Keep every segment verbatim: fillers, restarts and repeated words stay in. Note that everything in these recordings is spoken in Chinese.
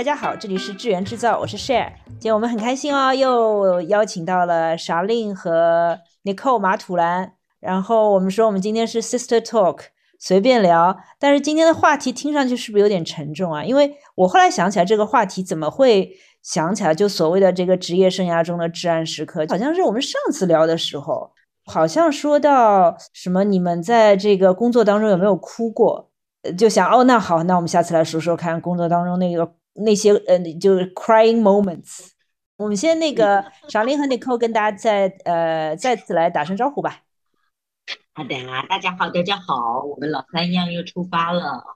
家好，这里是智源制造，我是 Share。今天我们很开心哦，又邀请到了莎令和 Nicole 马土兰。然后我们说我们今天是 Sister Talk， 随便聊。但是今天的话题听上去是不是有点沉重啊？因为我后来想起来这个话题怎么会想起来，就所谓的这个职业生涯中的至暗时刻，好像是我们上次聊的时候，好像说到什么你们在这个工作当中有没有哭过？就想哦，那好，那我们下次来说说看工作当中那个那些呃，就是 crying moments。我们先那个莎令和 Nicole 跟大家再呃再次来打声招呼吧。 好的啊，大家好，大家好，我们老三样又出发了。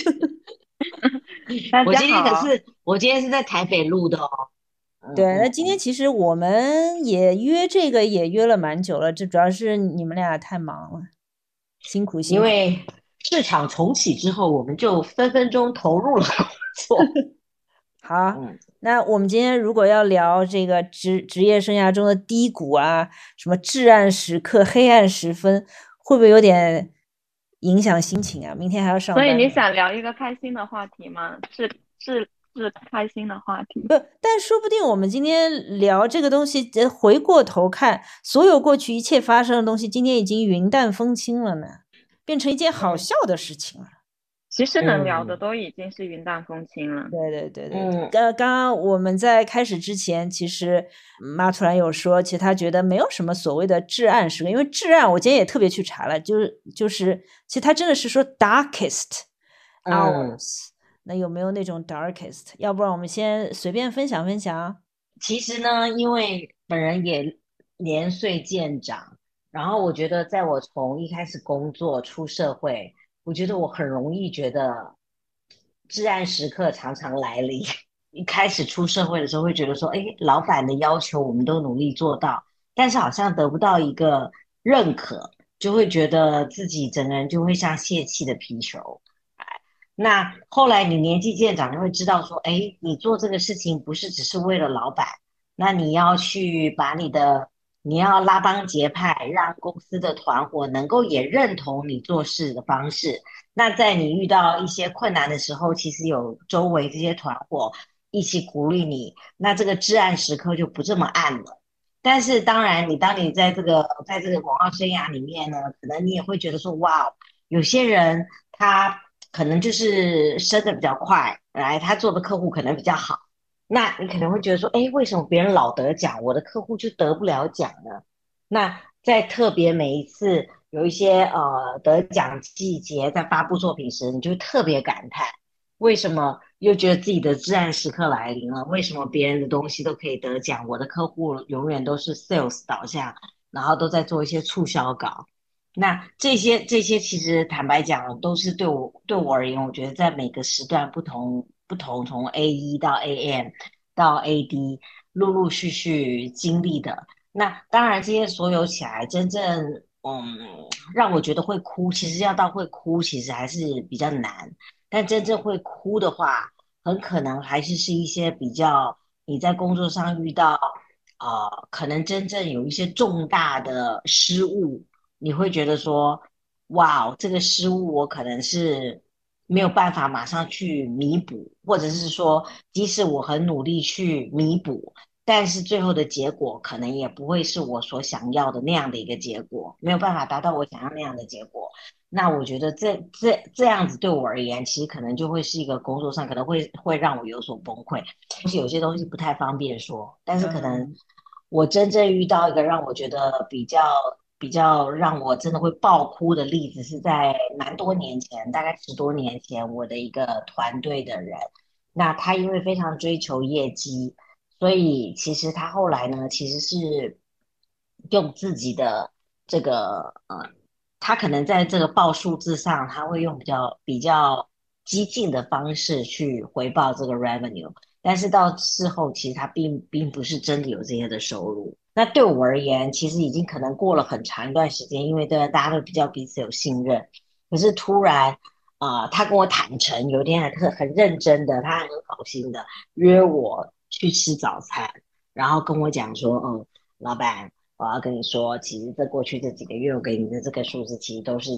大我今天可家好。 是，我今天是在台北录的哦。嗯对，那嗯嗯。 今天其实我们也约这个也约了蛮久了，这主要是你们俩太忙了，辛苦辛苦。 因为市场重启之后，我们就分分钟投入了工作。 好， 嗯。 那我们今天如果要聊这个职职业生涯中的低谷啊，什么至暗时刻、黑暗时分，会不会有点影响心情啊？明天还要上所以班呢。 你想聊一个开心的话题吗？是是是开心的话题。 不，但说不定我们今天聊这个东西，呃回过头看，所有过去一切发生的东西，今天已经云淡风轻了呢，变成一件好嗯笑的事情了。 其实能聊的嗯都已经是云淡风轻了。 对对对对对， 嗯刚刚刚我们在开始之前，其实马突然有说，其实他觉得没有什么所谓的至暗时刻，因为至暗，我今天也特别去查了，就是就是，其实他真的是说 darkest 嗯。 hours，那有没有那种 darkest？要不然我们先随便分享分享。 其实呢，因为本人也年岁渐长，然后我觉得，在我从一开始工作出社会，我觉得我很容易觉得至暗时刻常常来临。一开始出社会的时候，会觉得说，哎，老板的要求我们都努力做到，但是好像得不到一个认可，就会觉得自己整个人就会像泄气的皮球。那后来你年纪渐长，你会知道说，哎，你做这个事情不是只是为了老板，那你要去把你的，你要拉帮结派，让公司的团伙能够也认同你做事的方式。那在你遇到一些困难的时候，其实有周围这些团伙一起鼓励你，那这个至暗时刻就不这么暗了。但是当然，你当你在这个在这个广告生涯里面呢，可能你也会觉得说，哇，有些人他可能就是升的比较快，来他做的客户可能比较好，那你可能会觉得说，哎，为什么别人老得奖，我的客户就得不了奖呢？那在特别每一次有一些呃得奖季节，在发布作品时，你就会特别感叹，为什么又觉得自己的至暗时刻来临了？为什么别人的东西都可以得奖，我的客户永远都是 sales 导向，然后都在做一些促销稿？那这些这些其实坦白讲，都是对我对我而言，我觉得在每个时段不同不同，从 A 一到 A M 到 A D，陆陆续续经历的。那当然，这些所有起来，真正嗯让我觉得会哭，其实要到会哭，其实还是比较难。但真正会哭的话，很可能还是是一些比较你在工作上遇到，呃，可能真正有一些重大的失误。你会觉得说，哇哦，这个失误我可能是没有办法马上去弥补，或者是说，即使我很努力去弥补，但是最后的结果可能也不会是我所想要的那样的一个结果，没有办法达到我想要那样的结果。那我觉得这这这样子对我而言，其实可能就会是一个工作上可能会会让我有所崩溃，就是有些东西不太方便说，但是可能嗯， 我真正遇到一个让我觉得比较比较让我真的会爆哭的例子，是在蛮多年前，大概十多年前，我的一个团队的人，那他因为非常追求业绩，所以其实他后来呢，其实是用自己的这个呃，他可能在这个报数字上，他会用比较比较激进的方式去回报这个 revenue。但是到事后，其实他并并不是真的有这些的收入。那对我而言，其实已经可能过了很长一段时间，因为对大家都比较彼此有信任。可是突然，啊、呃他跟我坦诚，有一天还特很认真的，他还很好心的约我去吃早餐，然后跟我讲说，嗯，老板，我要跟你说，其实这过去这几个月我给你的这个数字，其实都是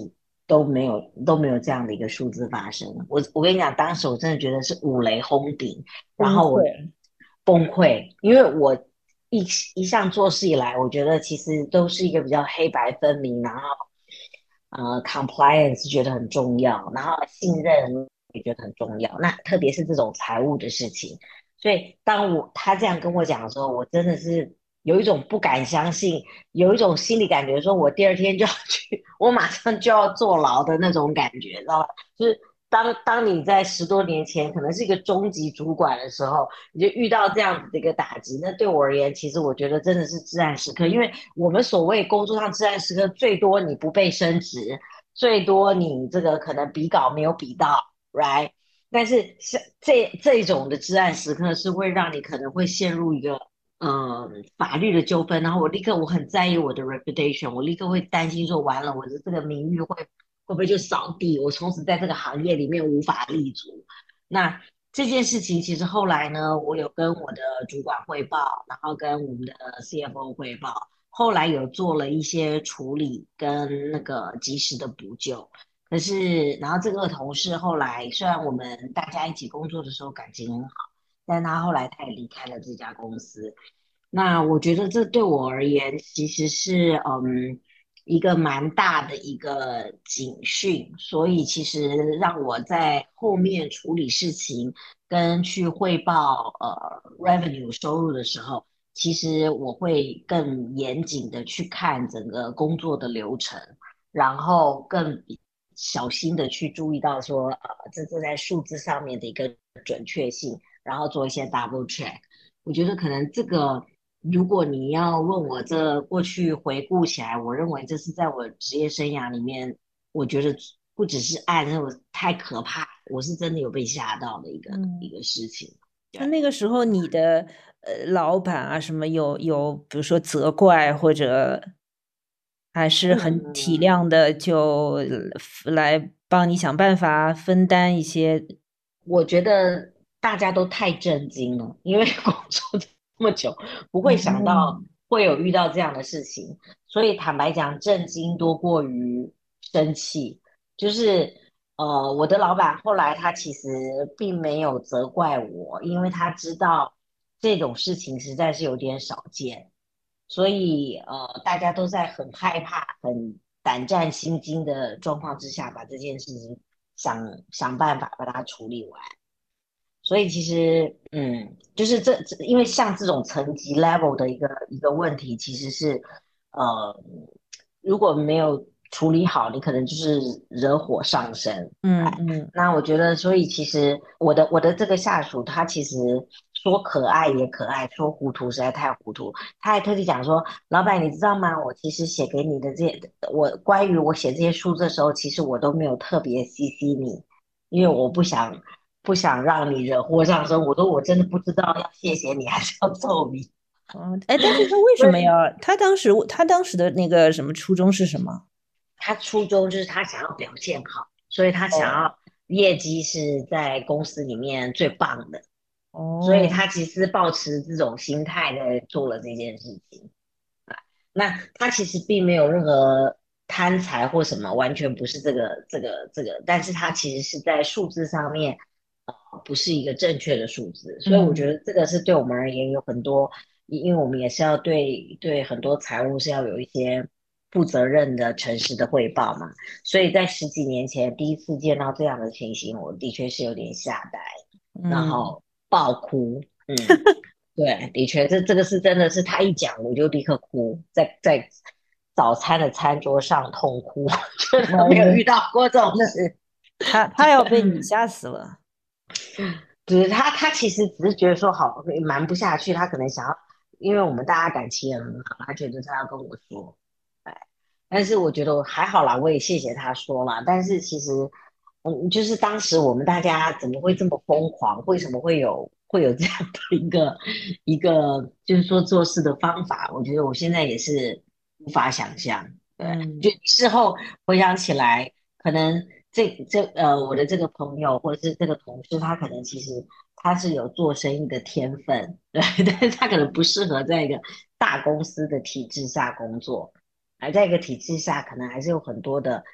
都没有都没有这样的一个数字发生。我我跟你讲，当时我真的觉得是五雷轰顶，然崩后我溃了。 崩溃，因为我一一向做事以来，我觉得其实都是一个比较黑白分明，然后呃，compliance 觉得很重要，然后信任也觉得很重要。那特别是这种财务的事情，所以当我他这样跟我讲的时候，我真的是有一种不敢相信，有一种心理感觉，说我第二天就要去，我马上就要坐牢的那种感觉，知道吧？就是当当你在十多年前可能是一个中级主管的时候，你就遇到这样子的一个打击，那对我而言，其实我觉得真的是至暗时刻，因为我们所谓工作上至暗时刻，最多你不被升职，最多你这个可能比稿没有比到，right？但是像这这种的至暗时刻是会让你可能会陷入一个呃法律的纠纷，然后我立刻我很在意我的 reputation，我立刻会担心说完了我的这个名誉会会不会就扫地，我从此在这个行业里面无法立足。那这件事情其实后来呢，我有跟我的主管汇报，然后跟我们的 C F O 汇报，后来有做了一些处理跟那个及时的补救。可是，然后这个同事后来虽然我们大家一起工作的时候感情很好，但他后来他也离开了这家公司。那我觉得这对我而言其实是嗯一个蛮大的一个警讯，所以其实让我在后面处理事情跟去汇报呃 revenue 收入的时候，其实我会更严谨的去看整个工作的流程，然后更小心的去注意到说呃这这在数字上面的一个准确性，然后做一些 double check。我觉得可能这个，如果你要问我这过去回顾起来，我认为这是在我职业生涯里面，我觉得不只是爱，那种太可怕，我是真的有被吓到的一个一嗯， 个事情。对， 那那个时候你的呃老板啊什么有有，比如说责怪或者还是很体嗯， 谅的，就呃来帮你想办法分担一些。 我觉得大家都太震惊了，因为工作这么久，不会想到嗯会有遇到这样的事情，所以坦白讲，震惊多过于生气。就是呃，我的老板后来他其实并没有责怪我，因为他知道这种事情实在是有点少见，所以呃，大家都在很害怕、很胆战心惊的状况之下，把这件事情想想办法把它处理完。所以其实，嗯，就是这，这因为像这种层级 level 的一个一个问题，其实是，呃，如果没有处理好，你可能就是惹火上身。哎， 嗯嗯那我觉得，所以其实我的我的这个下属，他其实说可爱也可爱，说糊涂实在太糊涂。他还特地讲说，老板你知道吗？我其实写给你的这些，我关于我写这些数字的时候，其实我都没有特别 C C 你。因为我不想不想让你惹祸上身。我说我真的不知道要谢谢你还是要揍你。 哦，哎，但是他为什么对， 要？他当时他当时的那个什么初衷是什么？ 他初衷就是他想要表现好，所以他想哦要业绩是在公司里面最棒的，所以哦， 他其实抱持这种心态在做了这件事情。那他其实并没有任何贪财或什么，完全不是这个这个这个，但是他其实是在数字上面，呃，不是一个正确的数字，所以我觉嗯得这个是对我们而言有很多，因为我们也是要对对很多财务是要有一些负责任的、诚实的汇报嘛，所以在十几年前第一次见到这样的情形，我的确是有点吓呆，然嗯， 后爆哭，嗯。对，的确，这这个是真的是他一讲我就立刻哭，在在早餐的餐桌上痛哭，觉得没有遇那到过这种那事。 他他要被你吓死了。 只是他他其实只是觉得说好瞒不下去，他可能想要，因为我们大家感情也很好，他觉得他要跟我说，哎，但是我觉得还好啦，我也谢谢他说了，但是其实，嗯，就是当时我们大家怎么会这么疯狂？为什么会有会有这样的一个一个，就是说做事的方法？我觉得我现在也是无法想象，对，就嗯事后回想起来，可能这这呃，我的这个朋友或者是这个同事，他可能其实他是有做生意的天分，对，但是他可能不适合在一个大公司的体制下工作，而在一个体制下，可能还是有很多的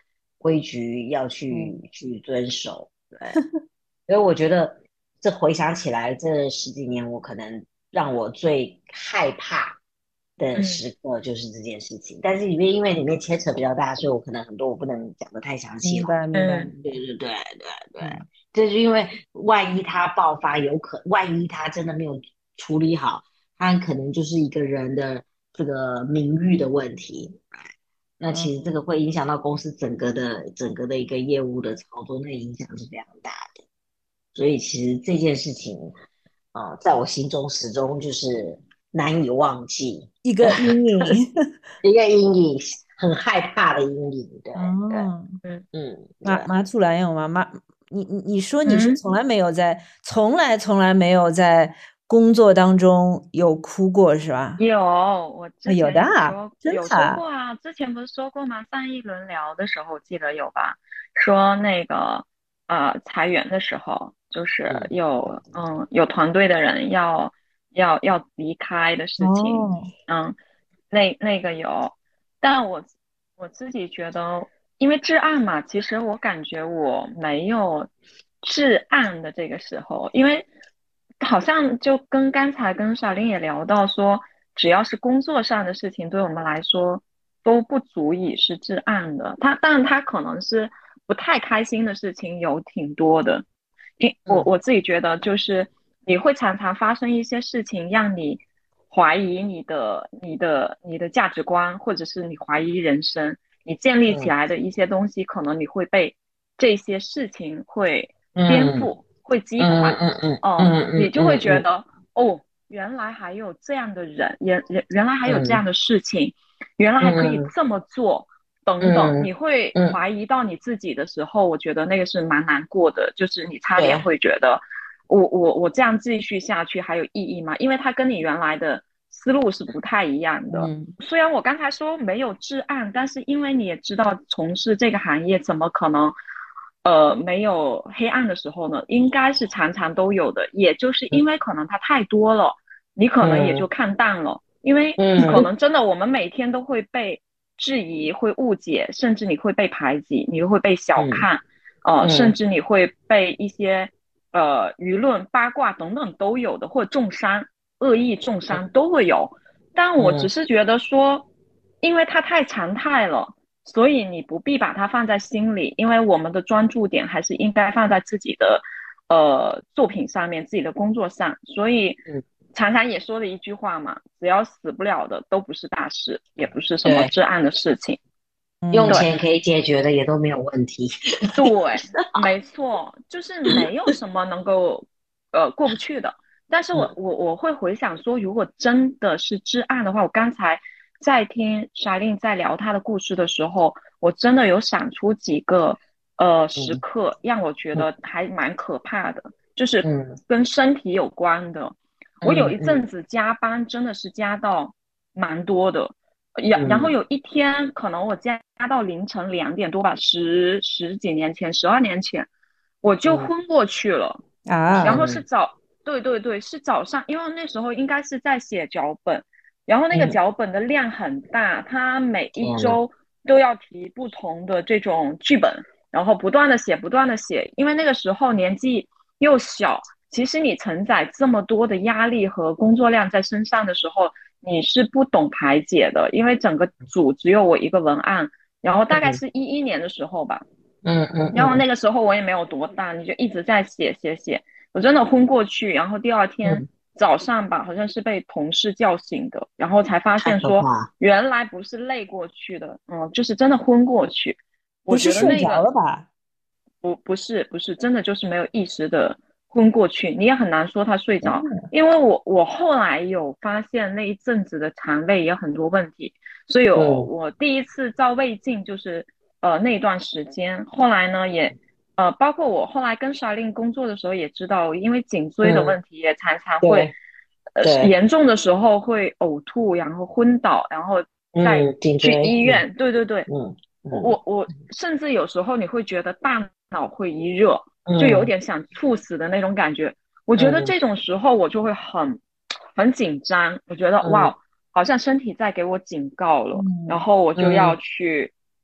规矩要嗯去去遵守。对，所以我觉得这回想起来，这十几年我可能让我最害怕的嗯时刻就是这件事情。但是里面因为里面牵扯比较大，所以我可能很多我不能讲的太详细明了。 白明白嗯明白， 对对对对对， 嗯就是因为万一他爆发，有可万一他真的没有处理好，他可能就是一个人的这个名誉的问题。那其实这嗯， 个会影响到公司整个的整个的一个业务的操作，那影响是非常大的。所以其实这件事情，呃，在我心中始终就是难以忘记一个阴影。 一个阴影，很害怕的阴影。对对， 哦， 嗯嗯，对。 马马祖兰有吗？马，你你你说你是嗯， 从来没有在，从来从来没有在工作当中有哭过是吧？ 有，我啊， 之前有的啊， 有说有真的啊。 说过啊，之前不是说过吗？上一轮聊的时候记得有吧？说那个呃裁员的时候，就是嗯有嗯有团队的人要要要离开的事情， 哦， 嗯，那那个有，但我我自己觉得，因为至暗嘛，其实我感觉我没有至暗的这个时候，因为好像就跟刚才跟小林也聊到说，只要是工作上的事情，对我们来说都不足以是至暗的。他，但他可能是不太开心的事情有挺多的，因我嗯我自己觉得就是你会常常发生一些事情，让你怀疑你的你的你的价值观，或者是你怀疑人生，你建立起嗯来的一些东西，可能你会被这些事情会颠嗯覆，会击嗯垮， 嗯嗯哦、 嗯嗯你就会嗯嗯觉得哦，原来还有这样的人，原原原来还有这样嗯的事情，原来还可以嗯这么做。等等， 嗯你会嗯， 怀疑到你自己的时候，我觉得那个是蛮难过的，就是你差点对， 会觉得，我我我这样继续下去还有意义吗？因为它跟你原来的思路是不太一样的。 嗯虽然我刚才说没有至暗，但是因为你也知道，从事这个行业怎么可能，呃，没有黑暗的时候呢？应该是常常都有的。也就是因为可能它太多了，你可能也就嗯看淡了。因为可嗯能真的我们每天都会被质疑、会误解，甚至你会被排挤，你会被小嗯看，呃，甚嗯至你会被一些呃舆论、八卦等等都有的，或者重伤、恶意重伤都会有。但我只嗯是觉得说，因为它太常态了，所以你不必把它放在心里，因为我们的专注点还是应该放在自己的呃作品上面、自己的工作上。所以嗯， 常常也说的一句话嘛，只要死不了的都不是大事，也不是什么对， 至暗的事情。 嗯对， 用钱可以解决的也都没有问题。 对，没错，就是没有什么能够呃过不去的。但是我嗯我我会回想说，如果真的是至暗的话，我刚才在听 s h a 在聊他的故事的时候，我真的有想出几个呃时嗯刻，让我觉嗯得还蛮可怕的，就是嗯跟身体有关的。我有一阵嗯嗯子加班真的是加到蛮多的，然然后嗯有一天，可能我加到凌晨两点多吧，十十几年前，十二年前，我就嗯昏过去了。然啊， 后是嗯早，对对对，是早上，因为那时候应该是在写脚本，然后那个嗯， 脚本的量很大，它每一天呐， 周都要提不同的这种剧本，然后不断的写，不断的写，因为那个时候年纪又小，其实你承载这么多的压力和工作量在身上的时候，你是不懂排解的，因为整个组只有我一个文案，然后大概嗯是一一年的时候吧， 嗯嗯然后那嗯个时候我也没有多大，你就一直在写写写，我真的昏过去，然后第二天嗯， 早上吧，好像是被同事叫醒的，然后才发太现说可怕。 原来不是累过去的，嗯，就是真的昏过去。我不是觉得睡着那个了吧？ 不不是不是真的就是没有意识的昏过去，你也很难说他睡着， 天呐， 因为我我后来有发现那一阵子的肠胃也很多问题，所以我嗯我第一次照胃镜就是呃那段时间，后来呢也呃包括我后来跟 s h a 工作的时候也知道，因为颈椎的嗯， 问题也常常会对呃对， 严重的时候会呕吐，然后昏倒，然后再嗯，颈去椎，嗯医院，对对对。 嗯嗯我我甚至有时候你会觉得大脑会一热，就有嗯点想猝死的那种感觉。我觉得嗯这种时候我就会很很紧张，我觉得嗯哇，好像身体在给我警告了，然嗯后我就要嗯去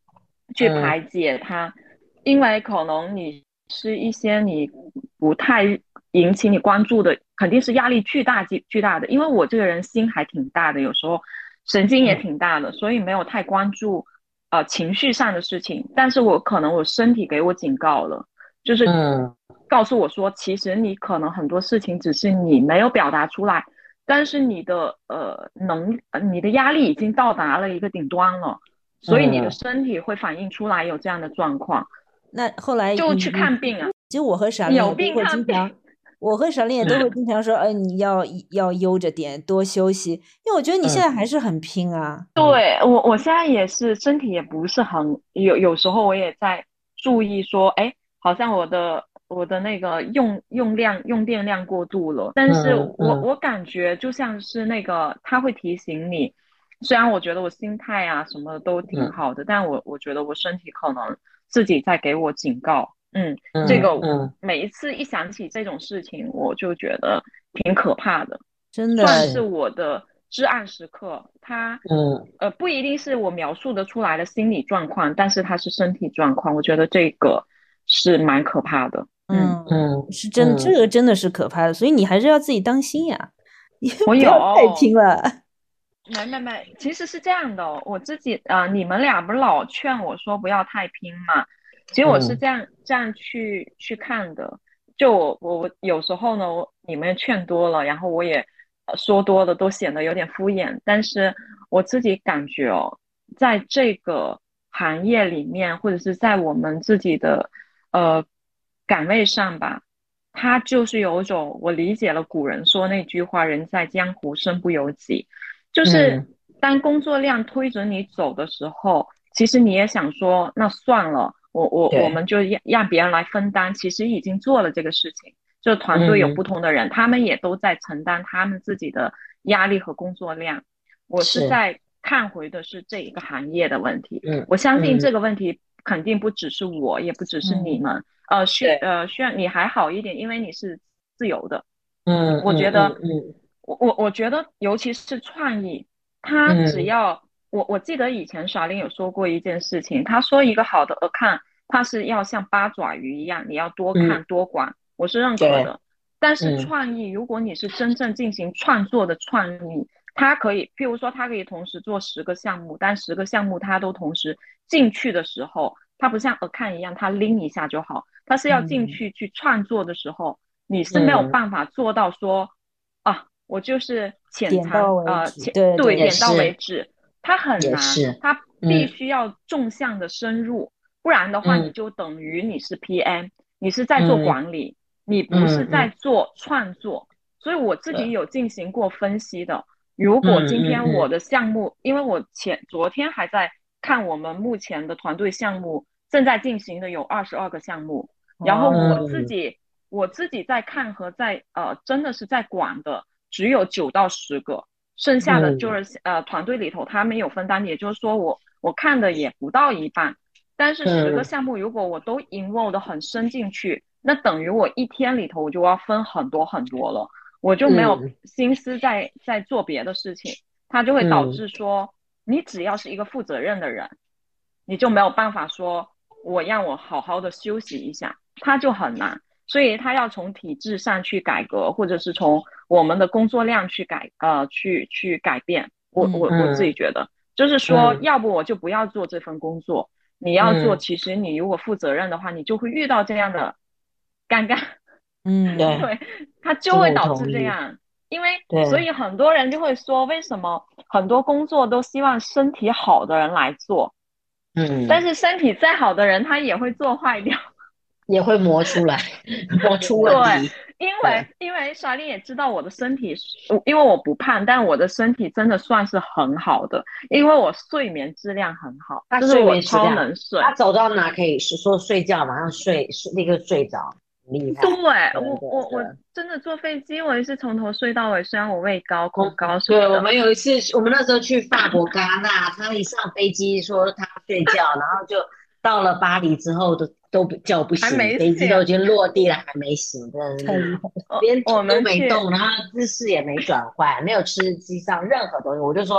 去排解它，因为可能你是一些你不太引起你关注的，肯定是压力巨大巨巨大的。因为我这个人心还挺大的，有时候神经也挺大的，所以没有太关注呃情绪上的事情。但是我可能我身体给我警告了，就是告诉我说，其实你可能很多事情只是你没有表达出来，但是你的呃能你的压力已经到达了一个顶端了。所以你的身体会反映出来有这样的状况， 那后来就去看病啊。 其实我和傻令也都会经常，我和傻令也都会经常说，哎，你要要悠着点，多休息，因为我觉得你现在还是很拼啊。 对，我我现在也是身体也不是很有，有时候我也在注意说，哎，好像我的我的那个用用量用电量过度了，但是我我感觉就像是那个他会提醒你。虽然我觉得我心态啊什么都挺好的，但我我觉得我身体可能自己在给我警告。嗯，这个每一次一想起这种事情，我就觉得挺可怕的， 真的算是我的至暗时刻。它呃不一定是我描述的出来的心理状况，但是它是身体状况，我觉得这个是蛮可怕的。 嗯嗯，是真，这个真的是可怕的，所以你还是要自己当心呀， 我不要太拼了。 没没没，其实是这样的，我自己啊、呃，你们俩不是老劝我说不要太拼嘛？其实我是这样、嗯、这样去去看的。就我我有时候呢，我你们劝多了，然后我也说多了，都显得有点敷衍。但是我自己感觉哦，在这个行业里面，或者是在我们自己的呃岗位上吧。他就是有一种，我理解了古人说那句话"人在江湖，身不由己"，就是当工作量推着你走的时候，其实你也想说，那算了，我我我们就让让别人来分担。其实已经做了这个事情，就团队有不同的人，嗯、他们也都在承担他们自己的压力和工作量。我是在看回的是这一个行业的问题，我相信这个问题肯定不只是我，也不只是你们。嗯呃，需呃需要你还好一点，因为你是自由的。 嗯， 我觉得， 嗯，嗯我我我觉得，尤其是创意，他只要、嗯、我我记得以前耍令有说过一件事情，他说一个好的 account， 它是要像八爪鱼一样，你要多看、嗯、多管，我是认可的。但是创意、嗯，如果你是真正进行创作的创意，它可以，譬如说，它可以同时做十个项目，但十个项目它都同时进去的时候。它不像 account 一样，它拎一下就好。它是要进去去创作的时候，嗯、你是没有办法做到说、嗯、啊，我就是浅尝呃浅对对点到为止，它很难，它必须要纵向的深入，嗯、不然的话你就等于你是 P M，、嗯、你是在做管理，嗯、你不是在做创作。嗯、所以我自己有进行过分析的。如果今天我的项目，嗯、因为我前昨天还在。看我们目前的团队项目正在进行的有二十二个项目，然后我自己、哦、我自己在看和在呃真的是在管的只有九到十个，剩下的就是、嗯、呃团队里头他没有分担，也就是说我我看的也不到一半。但是十个项目如果我都 involve 的很深进去，那等于我一天里头我就要分很多很多了，我就没有心思在在做别的事情，它就会导致说。嗯你只要是一个负责任的人，你就没有办法说我让我好好的休息一下，他就很难。所以他要从体制上去改革，或者是从我们的工作量去改呃去去改变。我我我自己觉得，就是说，要不我就不要做这份工作。你要做，其实你如果负责任的话，你就会遇到这样的尴尬。 嗯， 对，他就会导致这样。因为所以很多人就会说，为什么很多工作都希望身体好的人来做？嗯，但是身体再好的人，他也会做坏掉， 也会磨出来，磨出问题。 对，因为因为莎莉也知道我的身体，因为我不胖，但我的身体真的算是很好的，因为我睡眠质量很好， 他就是我超能睡。 他走到哪可以说睡觉，马上睡，立刻睡着。厉害， 对，我我我真的坐飞机，我也是从头睡到尾。虽然我位高恐高什么的。 对，我们有一次，我们那时候去法国戛纳，他一上飞机说他睡觉，然后就到了巴黎之后都都叫不醒，飞机都已经落地了还没醒，真的是连动都没动，然后姿势也没转换，没有吃机上任何东西。我就说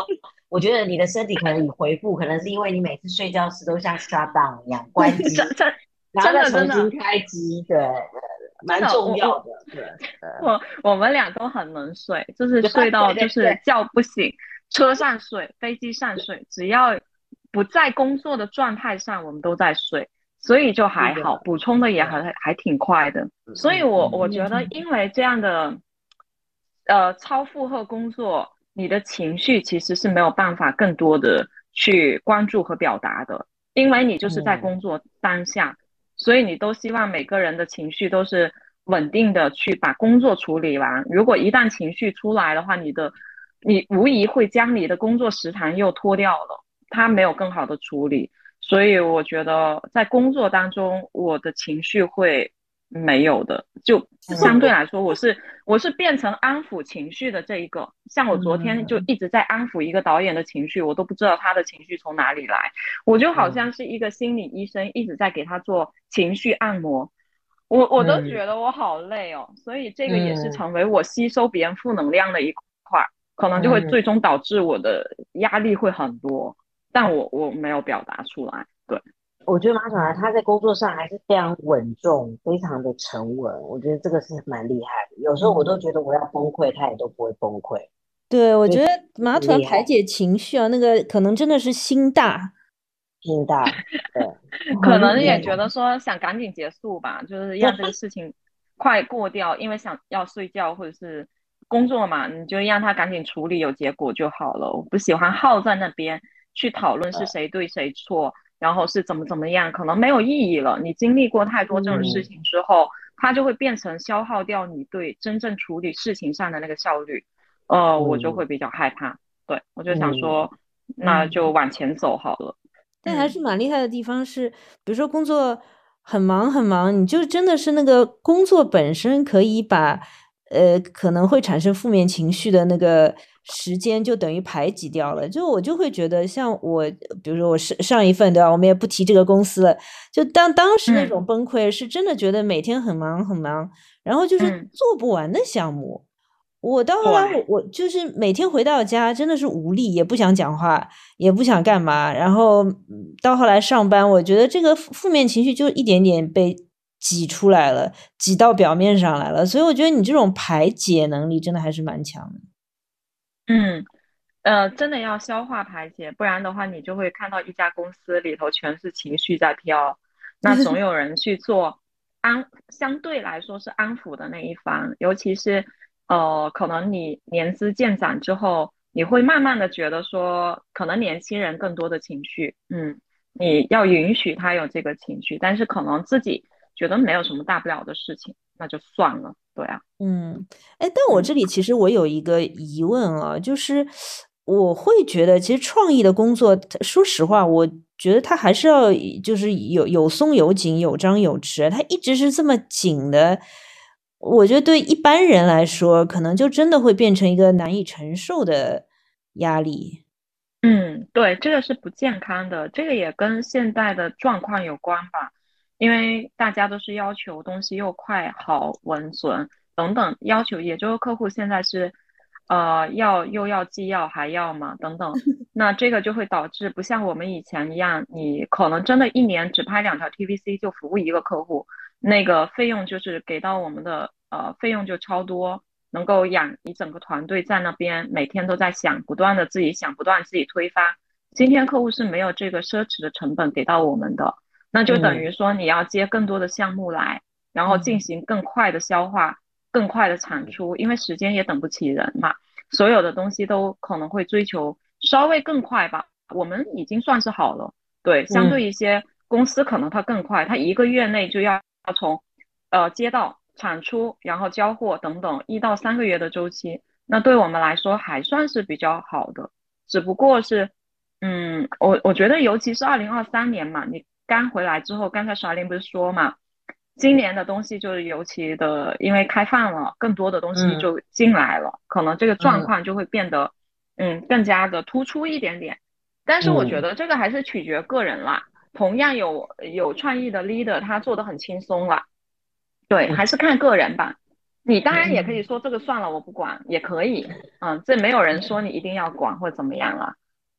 我觉得你的身体可能已恢复，可能是因为你每次睡觉时都像 shut down 一样关机， 真真然后真再重新的真的开机，对，蛮真的，我我重要的，对， 我我们俩都很能睡，就是对睡到就对对对， 是觉不醒，车上睡，飞机上睡，只要不在工作的状态上，我们都在睡，所以就还好， 是的， 补充的也对， 还还挺快的。所以嗯我我觉得， 嗯因为这样的呃超负荷工作，你的情绪其实是没有办法更多的去关注和表达的，因为你就是在嗯工作当下。所以你都希望每个人的情绪都是稳定的去把工作处理完。如果一旦情绪出来的话，你的你无疑会将你的工作时长又拖掉了，他没有更好的处理。所以我觉得在工作当中，我的情绪会没有的，就相对嗯来说，我是我是变成安抚情绪的这一个。像我昨天就嗯一直在安抚一个导演的情绪，我都不知道他的情绪从哪里来。我就好嗯像是一个心理医生，一直在给他做情绪按摩，我我都嗯觉得我好累哦，所以这个也是嗯成为我吸收别人负能量的一块，可能就会嗯。 最终导致我的压力会很多，但我我没有表达出来，对， 我觉得马小孩他在工作上还是非常稳重，非常的沉稳，我觉得这个是蛮厉害的。有时候我都嗯， 觉得我要崩溃，他也都不会崩溃， 对，我所以觉得马土很厉害， 排解情绪啊，那个可能真的是心大。 心大，对， 可能也觉嗯得说想赶紧结束吧，就是让这个事情快过掉，因为想要睡觉或者是工作嘛，你就让他赶紧处理，有结果就好了。我不喜欢耗在那边去讨论是谁对谁错，然后是怎么怎么样，可能没有意义了。你经历过太多这种事嗯情之后，它就会变成消耗掉你对真正处理事情上的那个效率。呃，我就嗯会比较害怕。对，我就想嗯说，那就嗯。 往前走好了。 但还嗯是蛮厉害的地方是，比如说工作很忙很忙，你就真的是那个工作本身可以把呃可能会产生负面情绪的那个时间就等于排挤掉了。就我就会觉得，像我，比如说我上上一份对吧，我们也不提这个公司了，就当当时那嗯种崩溃，是真的觉得每天很忙很忙，然后就是嗯， 做不完的项目。我到后来我， 对。 我就是每天回到家真的是无力，也不想讲话，也不想干嘛。然后嗯到后来上班，我觉得这个负负面情绪就一点点被挤出来了，挤到表面上来了。所以我觉得你这种排解能力真的还是蛮强的。 嗯，呃，真的要消化排解，不然的话，你就会看到一家公司里头全是情绪在飘，那总有人去做安，相对来说是安抚的那一方，尤其是呃，可能你年资渐长之后，你会慢慢的觉得说，可能年轻人更多的情绪，嗯，你要允许他有这个情绪，但是可能自己觉得没有什么大不了的事情，那就算了，对啊， 嗯，哎，但我嗯这里其实我有一个疑问啊，就是我会觉得，其实创意的工作，它说实话，我觉得它还是要就是有有松有紧，有张有弛，它一直是这么紧的，我觉得对一般人来说，可能就真的会变成一个难以承受的压力。 嗯，对，这个是不健康的，这个也跟现在的状况有关吧，因为大家都是要求东西又快、好、稳准等等要求，也就是客户现在是，呃，要又要既要还要嘛等等，那这个就会导致不像我们以前一样，你可能真的一年只拍两条 T V C 就服务一个客户，那个费用就是给到我们的呃费用就超多。能够养一整个团队在那边，每天都在想，不断的自己想，不断自己推发。今天客户是没有这个奢侈的成本给到我们的，那就等嗯于说你要接更多的项目来，然后进嗯行更快的消化，更快的产出，因为时间也等不起人嘛，所有的东西都可能会追求稍微更快吧。我们已经算是好了，对，相嗯对一些公司可能它更快，它一个月内就要从呃接到产出，然后交货等等一到三个月的周期，那对我们来说还算是比较好的，只不过是，嗯，我我觉得尤其是二零二三年嘛，你刚回来之后，刚才小林不是说嘛，今年的东西就是尤其的，因为开放了，更多的东西嗯就进来了，可能这个状嗯况就会变得，嗯，更加的突出一点点。但是我觉嗯得这个还是取决个人啦。同样有有创意的 leader，他做的很轻松啦，对，还是看个人吧。你当然也可以嗯说这个算了，我不管，也可以，嗯，这没有人说你一定要管或怎么样了。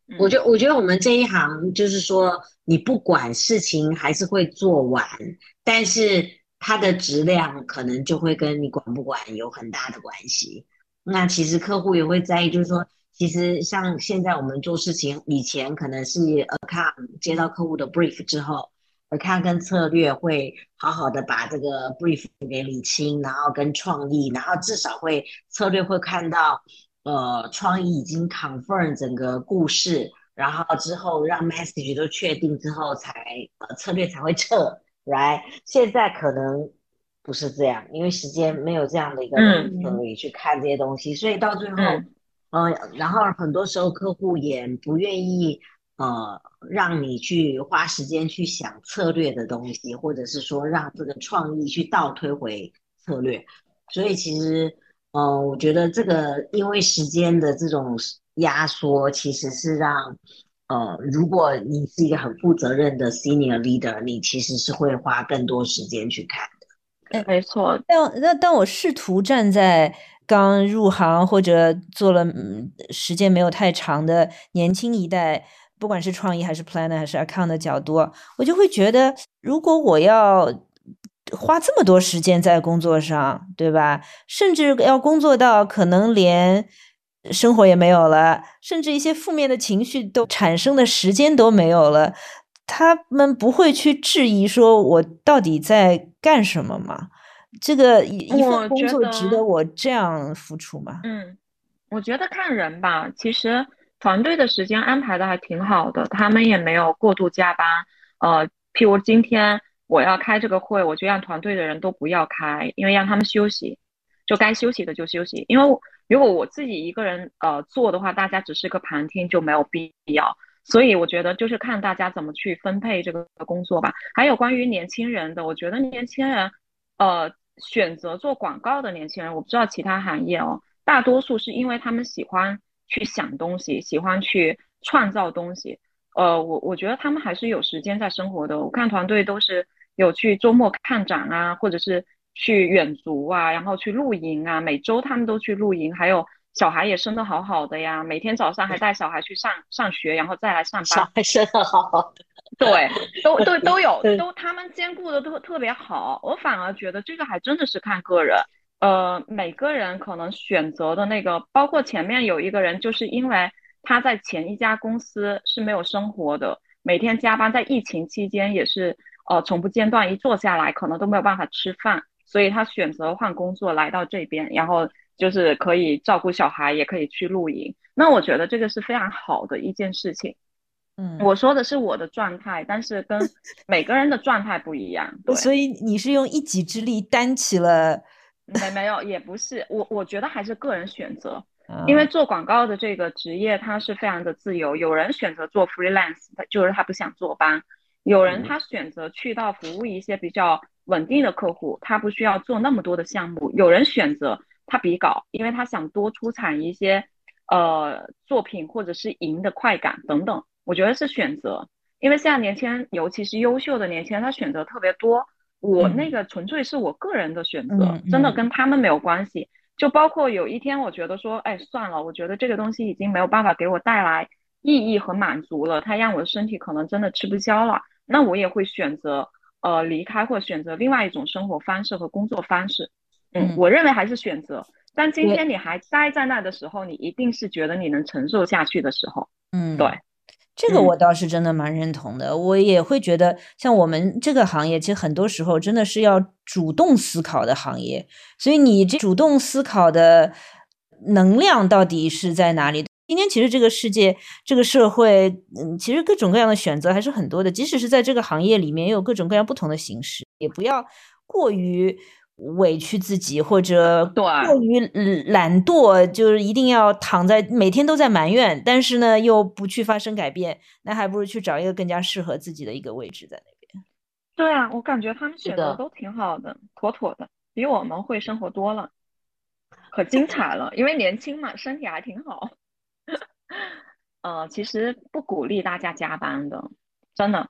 嗯我觉得，我觉得我们这一行就是说，你不管事情还是会做完，但是它的质量可能就会跟你管不管有很大的关系。那其实客户也会在意，就是说，其实像现在我们做事情，以前可能是 account 接到客户的 brief 之后，account 跟策略会好好的把这个 brief 给理清，然后跟创意，然后至少会策略会看到。呃，创意已经 confirm 整个故事，然后之后让 message 都确定之后才呃策略才会撤，right？现在可能不是这样，因为时间没有这样的一个嗯 luxury 去看这些东西，所以到最后， 嗯呃，然后很多时候客户也不愿意呃让你去花时间去想策略的东西，或者是说让这个创意去倒推回策略，所以其实。嗯，我觉得这个因为时间的这种压缩，其实是让呃，如果你是一个很负责任的 senior leader，你其实是会花更多时间去看的。 没错。 但那当我试图站在刚入行或者做了嗯时间没有太长的年轻一代，不管是创意还是 planner 还是 account 的角度，我就会觉得，如果我要花这么多时间在工作上，对吧？甚至要工作到可能连生活也没有了，甚至一些负面的情绪都产生的时间都没有了，他们不会去质疑说我到底在干什么吗？这个一一份我觉工作值得得， 我这样付出吗？ 嗯，我觉得看人吧。其实团队的时间安排的还挺好的，他们也没有过度加班。呃，譬如今天我要开这个会，我就让团队的人都不要开，因为让他们休息，就该休息的就休息。因为我如果我自己一个人呃做的话，大家只是个旁听，就没有必要。所以我觉得就是看大家怎么去分配这个工作吧。还有关于年轻人的，我觉得年轻人，呃，选择做广告的年轻人，我不知道其他行业哦，大多数是因为他们喜欢去想东西，喜欢去创造东西。呃，我我觉得他们还是有时间在生活的。我看团队都是有去周末看展啊，或者是去远足啊，然后去露营啊，每周他们都去露营，还有小孩也生得好好的呀，每天早上还带小孩去上上学，然后再来上班。 小孩生的好好的， 对，都都都有， 嗯， 都他们兼顾的都特别好。我反而觉得这个还真的是看个人。呃，每个人可能选择的那个，包括前面有一个人，就是因为他在前一家公司是没有生活的，每天加班，在疫情期间也是呃从不间断，一坐下来可能都没有办法吃饭，所以他选择换工作来到这边，然后就是可以照顾小孩，也可以去露营。那我觉得这个是非常好的一件事情。 嗯， 我说的是我的状态，但是跟每个人的状态不一样。对， 所以你是用一己之力担起了没没有，也不是，我我觉得还是个人选择。因为啊， 做广告的这个职业，它是非常的自由。有人选择做 freelance，他就是他不想坐班；有人他选择去到服务一些比较稳定的客户，他不需要做那么多的项目；有人选择他比稿，因为他想多出产一些呃作品或者是赢的快感等等。我觉得是选择。因为现在年轻人，尤其是优秀的年轻人，他选择特别多。我那嗯个纯粹是我个人的选择，真的嗯嗯跟他们没有关系。就包括有一天，我觉得说，哎，算了，我觉得这个东西已经没有办法给我带来意义和满足了，它让我的身体可能真的吃不消了，那我也会选择呃离开，或选择另外一种生活方式和工作方式。嗯， 嗯， 我认为还是选择。但今对， 天你还待在那的时候，你一定是觉得你能承受下去的时候。对。 嗯。这个我嗯倒是真的蛮认同的，我也会觉得，像我们这个行业，其实很多时候真的是要主动思考的行业，所以你这主动思考的能量到底是在哪里？今天其实这个世界、这个社会，嗯，其实各种各样的选择还是很多的，即使是在这个行业里面，也有各种各样不同的形式，也不要过于委屈自己，或者对， 过于呃懒惰，就是一定要躺在每天都在埋怨，但是呢又不去发生改变，那还不如去找一个更加适合自己的一个位置在那边。 对啊，我感觉他们是的， 选择都挺好的，妥妥的，比我们会生活多了，可精彩了。因为年轻嘛，身体还挺好。呃，其实不鼓励大家加班的，真的。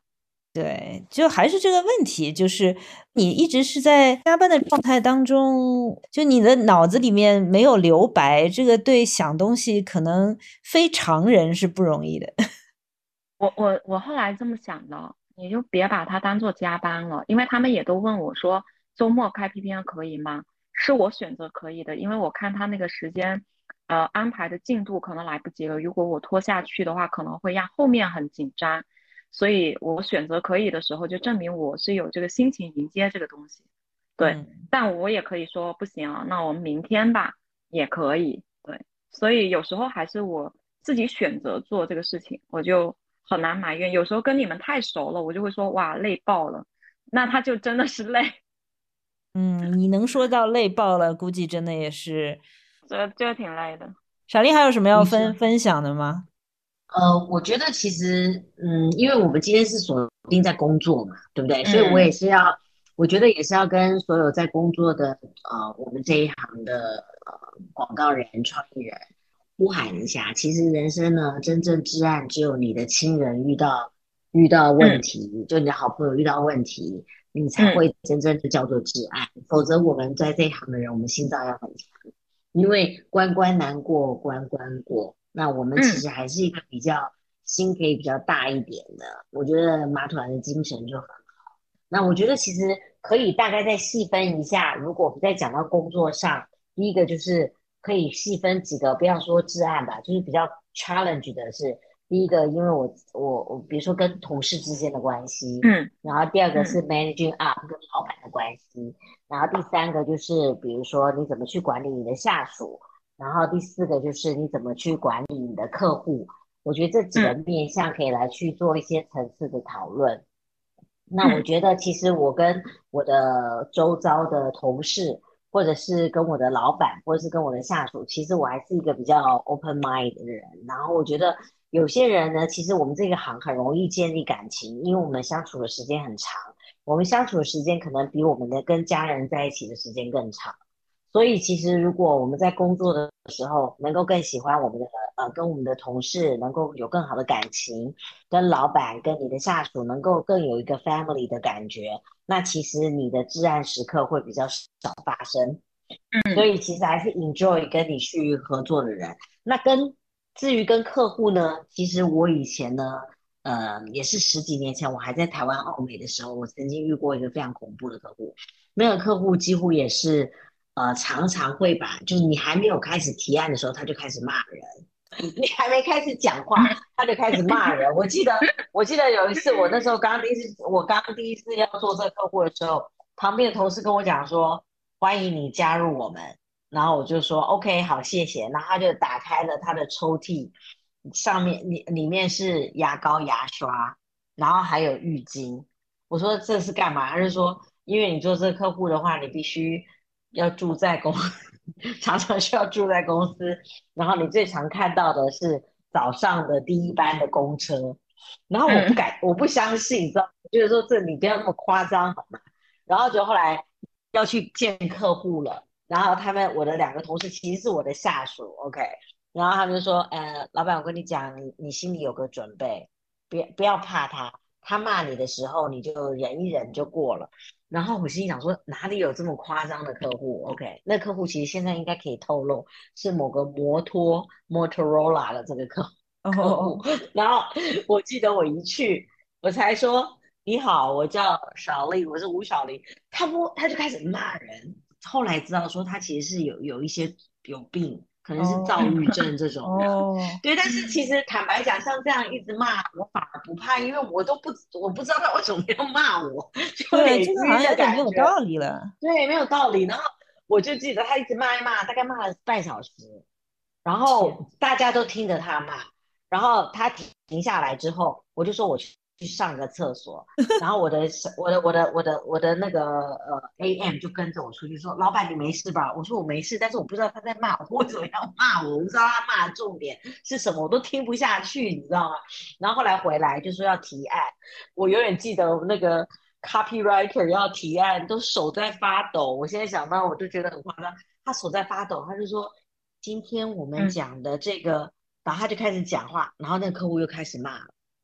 对，就还是这个问题，就是你一直是在加班的状态当中，就你的脑子里面没有留白，这个对想东西可能非常人是不容易的。 我我我后来这么想的，你就别把它当做加班了，因为他们也都问我说周末开 P P N 可以吗？是我选择可以的，因为我看他那个时间，呃，安排的进度可能来不及了，如果我拖下去的话，可能会让后面很紧张，所以我选择可以的时候，就证明我是有这个心情迎接这个东西。对， 嗯。 但我也可以说不行啊，那我们明天吧，也可以。对，所以有时候还是我自己选择做这个事情，我就很难埋怨。有时候跟你们太熟了，我就会说哇累爆了，那他就真的是累， 嗯，你能说到累爆了，估计真的也是。 这这挺累的。 小丽还有什么要没错。 分分享的吗？ 呃，我觉得其实，嗯，因为我们今天是锁定在工作嘛，对不对？所以我也嗯是要，我觉得也是要跟所有在工作的，呃，我们这一行的呃广告人、创意人呼喊一下。其实人生呢，真正至暗，只有你的亲人遇到遇到问嗯题，就你的好朋友遇到问题，你才嗯会真正的叫做至暗。否则，我们在这一行的人，我们心脏要很强。因为关关难过关关过，那我们其嗯实还是一个比较心可以比较大一点的。我觉得马团的精神就很好。那我觉得其实可以大概再细分一下，如果我们在讲到工作上，第一个就是可以细分几个，不要说至暗吧，就是比较 challenge 的是，第一个，因为我我我比如说跟同事之间的关系， 嗯然后第二个是嗯 managing up 跟老板的关系。然后第三个就是，比如说你怎么去管理你的下属，然后第四个就是你怎么去管理你的客户。我觉得这几个嗯面向可以来去做一些层次的讨论。那我嗯觉得其实我跟我的周遭的同事，或者是跟我的老板，或者是跟我的下属，其实我还是一个比较 open mind 的人。然后我觉得有些人呢，其实我们这个行很容易建立感情，因为我们相处的时间很长，我们相处的时间可能比我们的跟家人在一起的时间更长。所以其实如果我们在工作的时候能够更喜欢我们的呃跟我们的同事能够有更好的感情，跟老板跟你的下属能够更有一个 family 的感觉，那其实你的至暗时刻会比较少发生。所嗯以其实还是 enjoy 跟你去合作的人。那跟至于跟客户呢，其实我以前呢，呃，也是十几年前我还在台湾澳美的时候，我曾经遇过一个非常恐怖的客户。那个客户几乎也是呃常常会把，就是你还没有开始提案的时候，他就开始骂人。你还没开始讲话，他就开始骂人。我记得，我记得有一次，我那时候刚第一次，我刚第一次要做这个客户的时候，旁边的同事跟我讲说，欢迎你加入我们。然后我就说 OK 好谢谢，然后他就打开了他的抽屉，上面里里面是牙膏牙刷，然后还有浴巾。我说这是干嘛？他就说因为你做这个客户的话，你必须要住在公常常需要住在公司，然后你最常看到的是早上的第一班的公车。然后我不嗯敢，我不相信，你知道，我觉得说这你不要那么夸张好吗？然后就后来要去见客户了。然后他们我的两个同事其实是我的下属，OK，然后他们就说，呃，老板，我跟你讲，你你心里有个准备，别不要怕他，他骂你的时候你就忍一忍就过了。然后我心里想说，哪里有这么夸张的客户？OK，那客户其实现在应该可以透露，是某个摩托 Motorola 的这个客客户。 哦。 然后我记得我一去，我才说你好，我叫小丽，我是吴小丽。他不，他就开始骂人。后来知道说他其实是有有一些有病，可能是躁哦。 郁症这种人。 哦。 对，但是其实坦白讲，像这样一直骂我反而不怕，因为我都不我不知道他为什么要骂我，就有对， 点这个好像晕的有点没有感觉。 道理了。 对，没有道理。然后我就记得他一直骂一骂，大概骂了半小时，然天。 后大家都听着他骂。然后他停下来之后，我就说我去去上个厕所。然后我的我的我的我的我的那个呃 A M 就跟着我出去说，老板你没事吧？我说我没事，但是我不知道他在骂我，为什么要骂我？我不知道他骂的重点是什么，我都听不下去，你知道吗？然后后来回来就说要提案。我永远记得那个 copywriter 要提案都手在发抖，我现在想到我就觉得很夸张。他手在发抖，他就说今天我们嗯讲的这个，然后他就开始讲话，然后那个客户又开始骂了。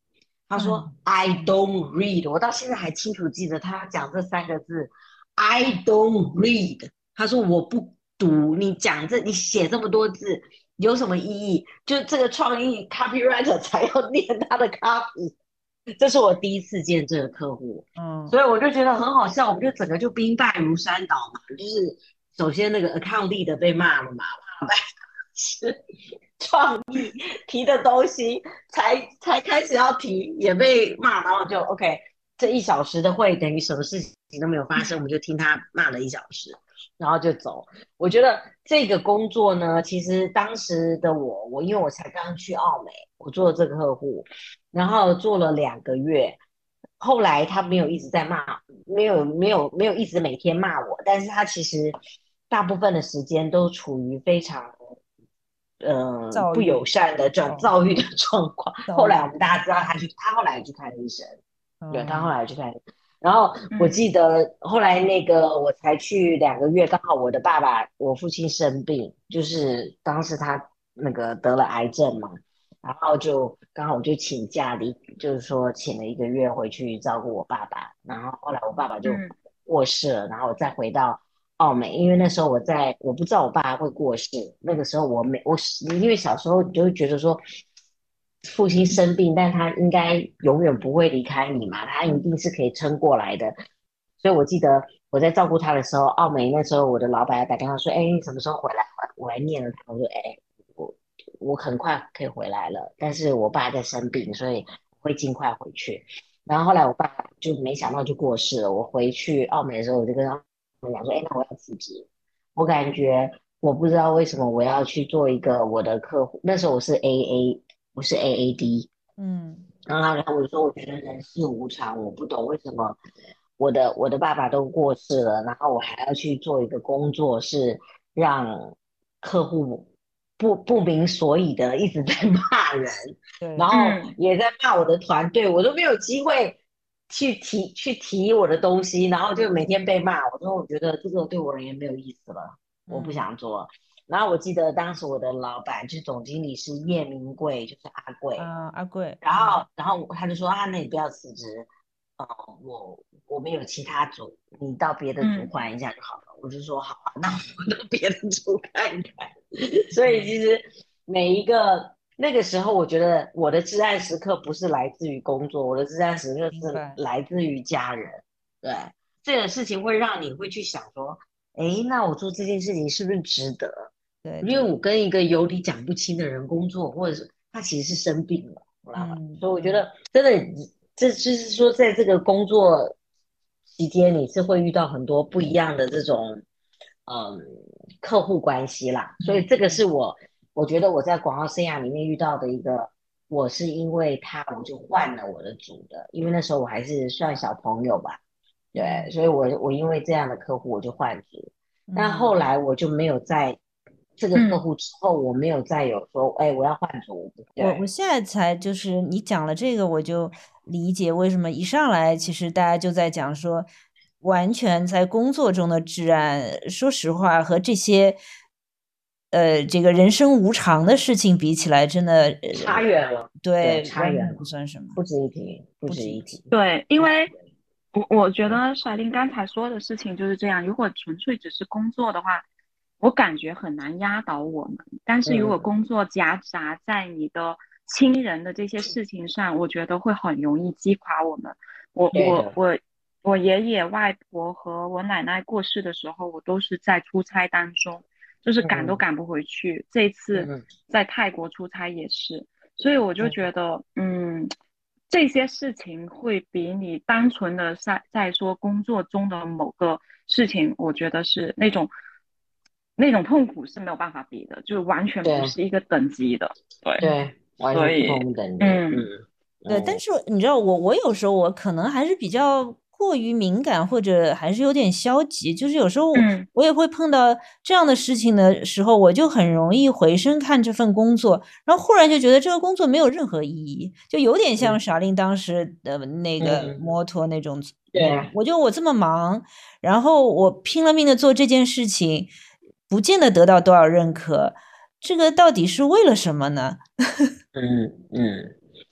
他说、 嗯 I don't read， 我到现在还清楚记得他讲这三个字 I don't read。他说我不读，你讲这你写这么多字有什么意义？就这个创意 copywriter 才要念他的 copy。这是我第一次见这个客户， 嗯所以我就觉得很好笑，我们就整个就兵败如山倒嘛。就是首先那个 account lead 被骂了嘛，骂了是创意提的东西才才开始要提，也被骂，然后就 OK， 这一小时的会等于什么事情都没有发生，我们就听他骂了一小时，然后就走。我觉得这个工作呢，其实当时的我，我因为我才刚去澳美，我做这个客户，然后做了两个月，后来他没有一直在骂，没有没有没有一直每天骂我，但是他其实大部分的时间都处于非常呃不躁郁友善的状哦躁郁的状况。 躁郁后来我们大家知道他去，他后来去看医生，对，他后嗯来去看医生。然后我嗯记得后来那个我才去两个月，刚好我的爸爸，我父亲生病，就是当时他那个得了癌症嘛，然后就刚好我就请假离，就是说请了一个月回去照顾我爸爸。然后后来我爸爸就嗯过世了，然后我再回到澳美，因为那时候我在，我不知道我爸会过世，那个时候我没我因为小时候你就会觉得说父亲生病，但他应该永远不会离开你嘛，他一定是可以撑过来的。所以我记得我在照顾他的时候，澳美那时候我的老板打电话说：“哎，你什么时候回来？”我还念了他，我说：“哎，我我很快可以回来了，但是我爸在生病，所以我会尽快回去。”然后后来我爸就没想到就过世了。我回去澳美的时候，我就跟他们讲说：“哎，那我要辞职。”我感觉我不知道为什么我要去做一个我的客户，那时候我是 A A， 不是 A A D。 嗯然后然后我就说，我觉得人世无常，我不懂为什么我的我的爸爸都过世了，然后我还要去做一个工作，是让客户不不明所以的一直在骂人， 对然后嗯也在骂我的团队，我都没有机会去提去提我的东西，然后就每天被骂。我说我觉得这个对我而言没有意思了，我不嗯想做。然后我记得当时我的老板就是总经理是叶明贵，就是阿贵。 啊阿贵然后，然后他就说啊，那你不要辞职，呃，我我们有其他组，你到别的组嗯换一下就好了。我就说好啊，那我到别的组看看。所以其实每一个那个时候，我觉得我的至暗时刻不是来自于工作，我的至暗时刻是明白来自于家人。对，这个事情会让你会去想说，诶，那我做这件事情是不是值得？ 对因为对我跟一个有理讲不清的人工作，或者是他其实是生病了，知道吧？ 嗯所以我觉得真的，这就是说，在这个工作期间，你是会遇到很多不一样的这种嗯客户关系啦。所以这个是我我觉得我在广告生涯里面遇到的一个，我是因为他我就换了我的组的，因为那时候我还是算小朋友吧，对，所以我我因为这样的客户我就换组。但后嗯来我就没有在这个客嗯户之后，我没有再有说，哎，我要换组。对， 我我现在才就是你讲了这个，我就理解为什么一上来其实大家就在讲说，完全在工作中的治安，说实话和这些呃这个人生无常的事情比起来，真的呃差远了， 对对，差完全远了， 不算什么。 不值一提，不不值一值一提。 对，因为我我觉得甩玲刚才说的事情就是这样。如果纯粹只是工作的话，我感觉很难压倒我们。但是如果嗯， 工作夹杂在你的亲人的这些事情上，我觉得会很容易击垮我们。我对的， 我我我爷爷、外婆和我奶奶过世的时候，我都是在出差当中，就是赶都嗯赶不回去。这次嗯在泰国出差也是，所以我就嗯觉得，嗯。这些事情会比你单纯的在在说工作中的某个事情，我觉得是那种那种痛苦是没有办法比的，就完全不对是一个等级的。对， 对，完全不所以同等级。 嗯嗯对，但嗯是你知道我我有时候我可能还是比较过于敏感，或者还是有点消极，就是有时候嗯我也会碰到这样的事情的时候，我就很容易回身看这份工作，然后忽然就觉得这个工作没有任何意义，就有点像嗯傻令当时的那个嗯， 摩托那种对那种，我就我这么忙，然后我拼了命的做这件事情，不见得得到多少认可，这个到底是为了什么呢？ 嗯嗯。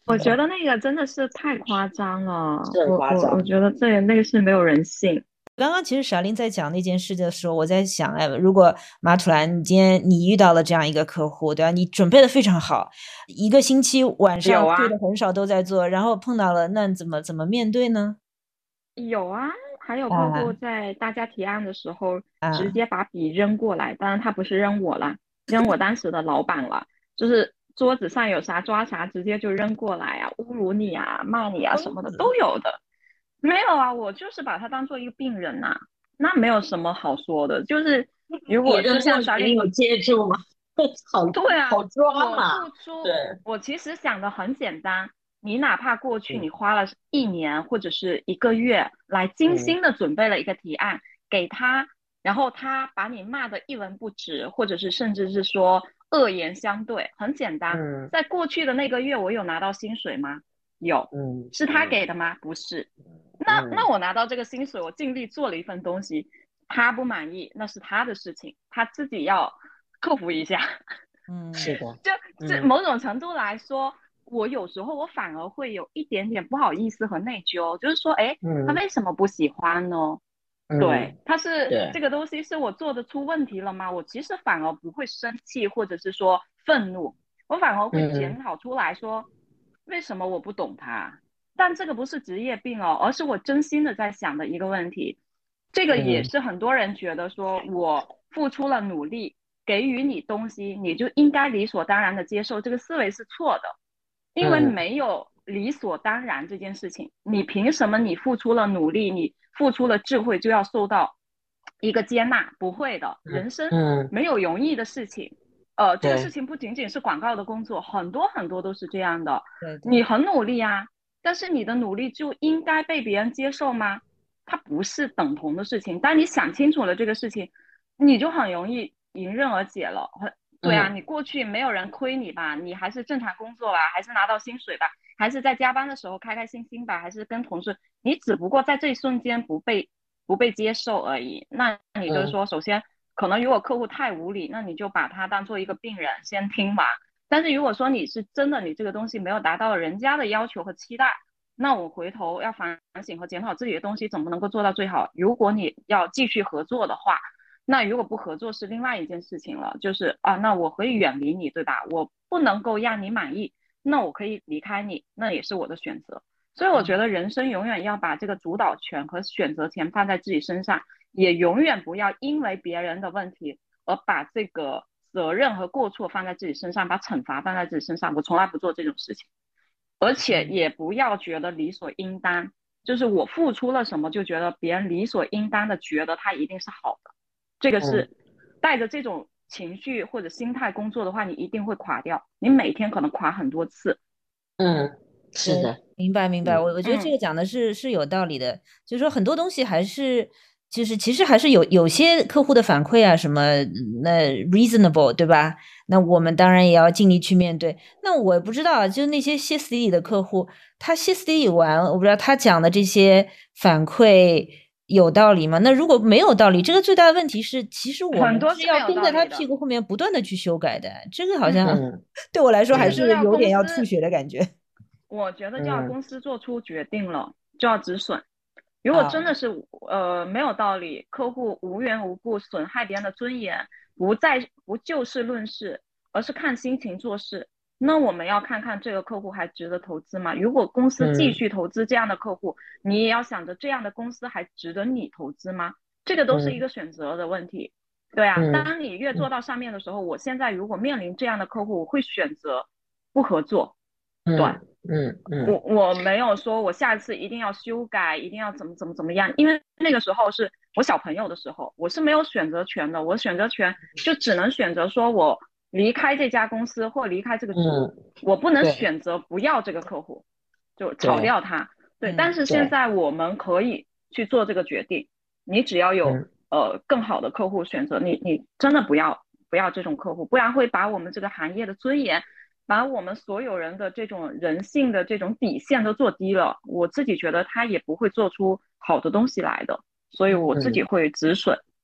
我觉得那个真的是太夸张了， 是很我我我夸张。 觉得这那个是没有人性。 刚刚其实傻琳在讲那件事的时候，我在想，哎，如果马土兰，你今天你遇到了这样一个客户，对吧？你准备的非常好，一个星期晚上有啊睡的很少都在做，然后碰到了，那怎么怎么面对呢？ 有啊，还有客户啊在大家提案的时候直啊， 接把笔扔过来，当然他不是扔我啦，扔我当时的老板了，就是桌子上有啥抓啥，直接就扔过来啊，侮辱你啊，骂你啊什么的疯子， 都有的。没有啊，我就是把他当做一个病人呐、那没有什么好说的，就是如果就你扔过像小林你有接住吗？好对啊， 好抓我嘛。 付出， 对。 我其实想的很简单，你哪怕过去嗯你花了一年或者是一个月来精嗯心的准备了一个提案给他，然后他把你骂得一文不值，或者是甚至是说恶言相对，很简单， 嗯在过去的那个月我有拿到薪水吗？有， 嗯是他嗯给的吗？不是。那那嗯我拿到这个薪水，我尽力做了一份东西，他不满意那是他的事情，他自己要克服一下。 嗯是的。 就这嗯某种程度来说，我有时候我反而会有一点点不好意思和内疚，就是说，哎，他嗯为什么不喜欢呢？ 嗯。 对，他是对。 这个东西是我做的出问题了吗？我其实反而不会生气，或者是说愤怒，我反而会嗯检讨出来说，为什么我不懂他？但这个不是职业病哦，而是我真心的在想的一个问题。这个也嗯是很多人觉得说，我付出了努力，给予你东西，你就应该理所当然的接受，这个思维是错的，因为嗯没有理所当然这件事情。你凭什么你付出了努力，你付出了智慧就要受到一个接纳？不会的， 嗯人生嗯。 没有容易的事情。呃，这个事对。 情不仅仅是广告的工作，很多很多都是这样的。 对对， 你很努力啊，但是你的努力就应该被别人接受吗？它不是等同的事情。当你想清楚了这个事情，你就很容易迎刃而解了。对啊， 嗯你过去没有人亏你吧？你还是正常工作吧？还是拿到薪水吧？还是在加班的时候开开心心吧？还是跟同事？你只不过在这一瞬间不被不被接受而已。那你就是嗯说，首先可能如果客户太无理，那你就把他当做一个病人先听完。但是如果说你是真的，你这个东西没有达到人家的要求和期待，那我回头要反省和检讨自己的东西怎么能够做到最好。如果你要继续合作的话，那如果不合作是另外一件事情了，就是啊，那我可以远离你，对吧？我不能够让你满意，那我可以离开你，那也是我的选择。所以我觉得人生永远要把这个主导权和选择权放在自己身上，也永远不要因为别人的问题而把这个责任和过错放在自己身上，把惩罚放在自己身上。我从来不做这种事情，而且也不要觉得理所应当，就是我付出了什么，就觉得别人理所应当的觉得他一定是好的。这个嗯是带着这种情绪或者心态工作的话，你一定会垮掉。你每天可能垮很多次。 嗯。是对， 的。 明白明白。 嗯我我觉得这嗯， 个讲的是是有道理的，就是说很多东西还是就是其实还是有有些客户的反馈啊什么，那 reasonable 对吧？那我们当然也要尽力去面对。那我不知道啊，就那些歇斯底里的客户，他歇斯底里完，我不知道他讲的这些反馈有道理吗？那如果没有道理，这个最大的问题是，其实我们很多是没有是要跟在道理的。 他屁股后面不断的去修改的。这个好像嗯， 嗯对我来说还这个就是有要公司点要吐血的感觉我觉得就要嗯公司做出决定了，就要止损。如果真啊。 的是呃没有道理，客户无缘无故损害别人的尊严，不再不就事论事，而是看心情做事，那我们要看看这个客户还值得投资吗？如果公司继嗯续投资这样的客户，你也要想着这样的公司还值得你投资吗？这个都是一嗯个选择的问题。对啊， 嗯当你越做到上面的时候，我现在如果面临这样的客户，我会选择不合作。对， 嗯嗯我嗯我没有说我下次一定要修改，一定要怎么怎么怎么样，因为那个时候是我小朋友的时候，我是没有选择权的，我选择权就只能选择说我离开这家公司或离开这个组， 嗯。 我不能对选择不要这个客户，就炒对掉他。对，但嗯是现对。 在我们可以去做这个决定，你只要有嗯呃更好的客户选择，你你真的不要不要这种客户，不然会把我们这个行业的尊严。把我们所有人的这种人性的这种底线都做低了，我自己觉得他也不会做出好的东西来的，所以我自己嗯会止损。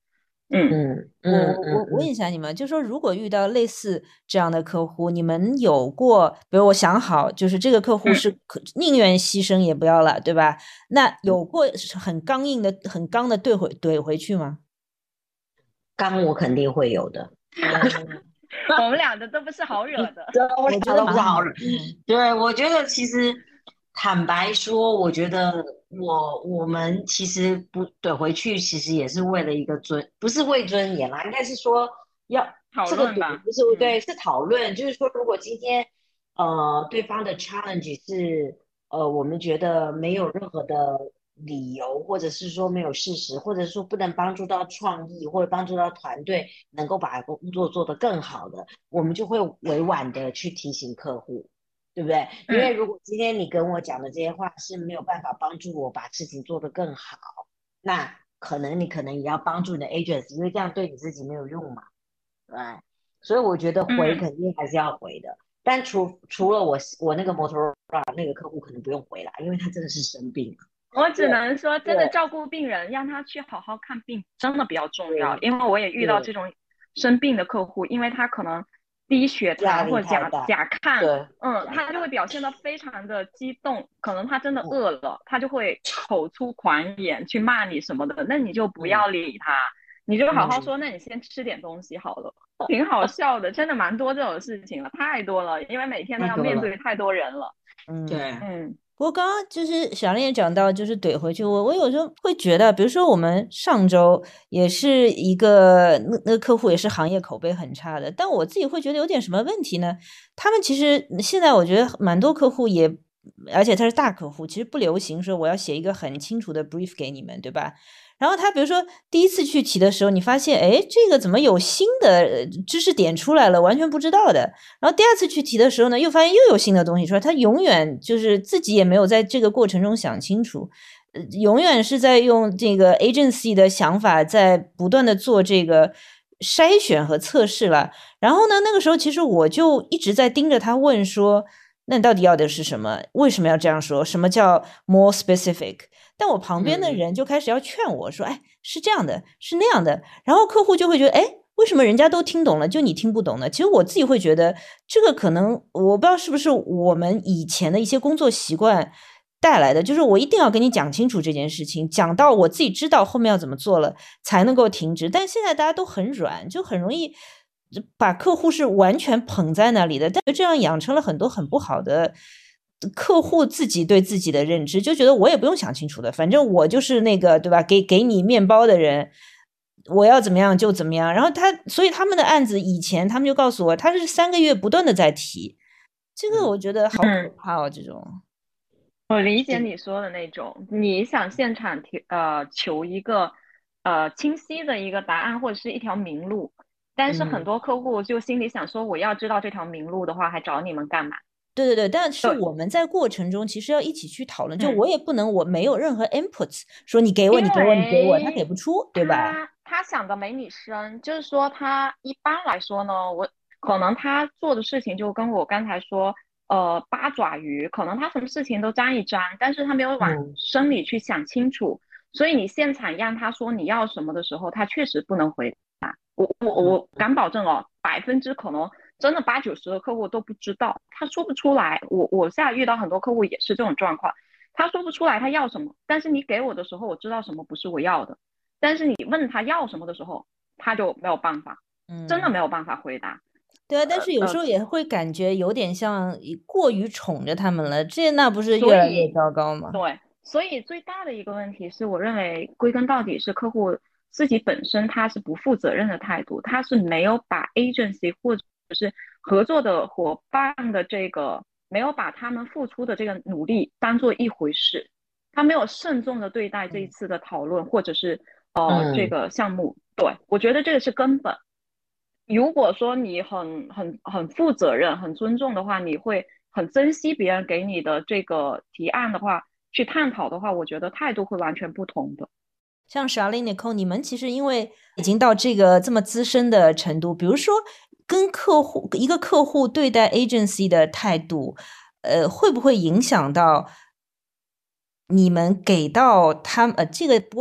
嗯嗯我嗯嗯我我问嗯， 一下你们，就说如果遇到类似这样的客户，你们有过，比如我想好，就是这个客户嗯， 是可宁愿牺牲也不要了，对吧？那有过很刚硬的、很刚的怼回怼回去吗？ 刚我肯定会有的。 哦， 我们俩的都不是好惹的。 对，我我觉想得蛮好， 都不是好人。 嗯对，我觉得其实坦白说，我觉得我我们其实不怼回去，其实也是为了一个尊，不是为尊严啦，应该是说要讨这个怼论吧， 不是嗯对，是讨论，就是说如果今天呃对方的 challenge 是呃我们觉得没有任何的理由，或者是说没有事实，或者说不能帮助到创意或者帮助到团队能够把工作做得更好的。我们就会委婉的去提醒客户，对不对？因为嗯如果今天你跟我讲的这些话是没有办法帮助我把事情做得更好，那可能你可能也要帮助你的 agents，因为这样对你自己没有用嘛，对吧？所以我觉得回嗯。 肯定还是要回的，但除除了我我那个 Motorola 那个客户可能不用回啦，因为他真的是生病了。 我只对能说，真的对照顾病人，让他去好好看病，真的比较重要。 对因为我也遇到对， 这种生病的客户，因为他可能低血压力糖或者甲太大， 甲亢， 对， 嗯， 压他就会大， 表现得非常的激动，可能他真的嗯饿了，他就会口出狂言去骂你什么的，那你就不嗯要理他，你就好好嗯， 说，那你先吃点东西好了，挺好笑的，真的蛮多这种事情了，太多了，因为每天都要太多了， 面对太多人了， 嗯。 对， 嗯不过刚刚就是小林也讲到，就是怼回去，我我有时候会觉得，比如说我们上周也是一个那那个客户也是行业口碑很差的，但我自己会觉得有点什么问题呢？他们其实现在我觉得蛮多客户也，而且他是大客户，其实不流行说我要写一个很清楚的 brief 给你们，对吧？然后他比如说第一次去提的时候，你发现哎，这个怎么有新的呃知识点出来了，完全不知道的。然后第二次去提的时候呢，又发现又有新的东西出来，他永远就是自己也没有在这个过程中想清楚，呃，永远是在用这个 agency 的想法在不断的做这个筛选和测试了。然后呢，那个时候其实我就一直在盯着他问说，那你到底要的是什么？为什么要这样说？什么叫 more specific？但我旁边的嗯人就开始要劝我说，哎，是这样的，是那样的。然后客户就会觉得，哎，为什么人家都听懂了，就你听不懂呢？其实我自己会觉得，这个可能我不知道是不是我们以前的一些工作习惯带来的，就是我一定要跟你讲清楚这件事情，讲到我自己知道后面要怎么做了才能够停止。但现在大家都很软，就很容易把客户是完全捧在那里的，但这样养成了很多很不好的。客户自己对自己的认知就觉得我也不用想清楚的，反正我就是那个对吧？给给你面包的人，我要怎么样就怎么样。然后他，所以他们的案子以前他们就告诉我，他是三个月不断的在提，这个嗯我觉得好可嗯。 怕哦，这种。 我理解是， 你说的那种，你想现场提呃求一个呃清晰的一个答案或者是一条明路，但是很嗯多客户就心里想说，我要知道这条明路的话，还找你们干嘛？ 对对对，但是对， 我们在过程中其实要一起去讨论，就嗯， 我也不能我没有任何 inputs，说你给我， 因你给我，你给我，他给为不出，对吧？ 他他想的没你深，就是说他一般来说呢，我可能他做的事情就跟我刚才说，呃，八爪鱼，可能他什么事情都沾一沾，但是他没有往嗯深里去想清楚，所以你现场让他说你要什么的时候，他确实不能回答。我我嗯我敢保证哦，百分之可能真的八九十的客户都不知道，他说不出来。我我现在遇到很多客户也是这种状况，他说不出来他要什么，但是你给我的时候，我知道什么不是我要的，但是你问他要什么的时候，他就没有办法，真的嗯， 没有办法回答。 对啊，但是有时呃， 候也会感觉有点像过于宠着他们了，这那不是越来越所以糟糕吗？ 对，所以最大的一个问题是我认为归根到底是客户自己本身他是不负责任的态度，他是没有把 agency 或者是合作的伙伴的这个没有把他们付出的这个努力当做一回事，他没有慎重的对待这一嗯次的讨论或者是呃这嗯个项目。对，我觉得这个是根本。如果说你很很很负责任、很尊重的话，你会很珍惜别人给你的这个提案的话，去探讨的话，我觉得态度会完全不同的。 像 Charlene Nicole，你们其实因为已经到这个这么资深的程度，比如说跟客户一个客户对待 agency 的态度，呃，会不会影响到你们给到他们？呃，这个不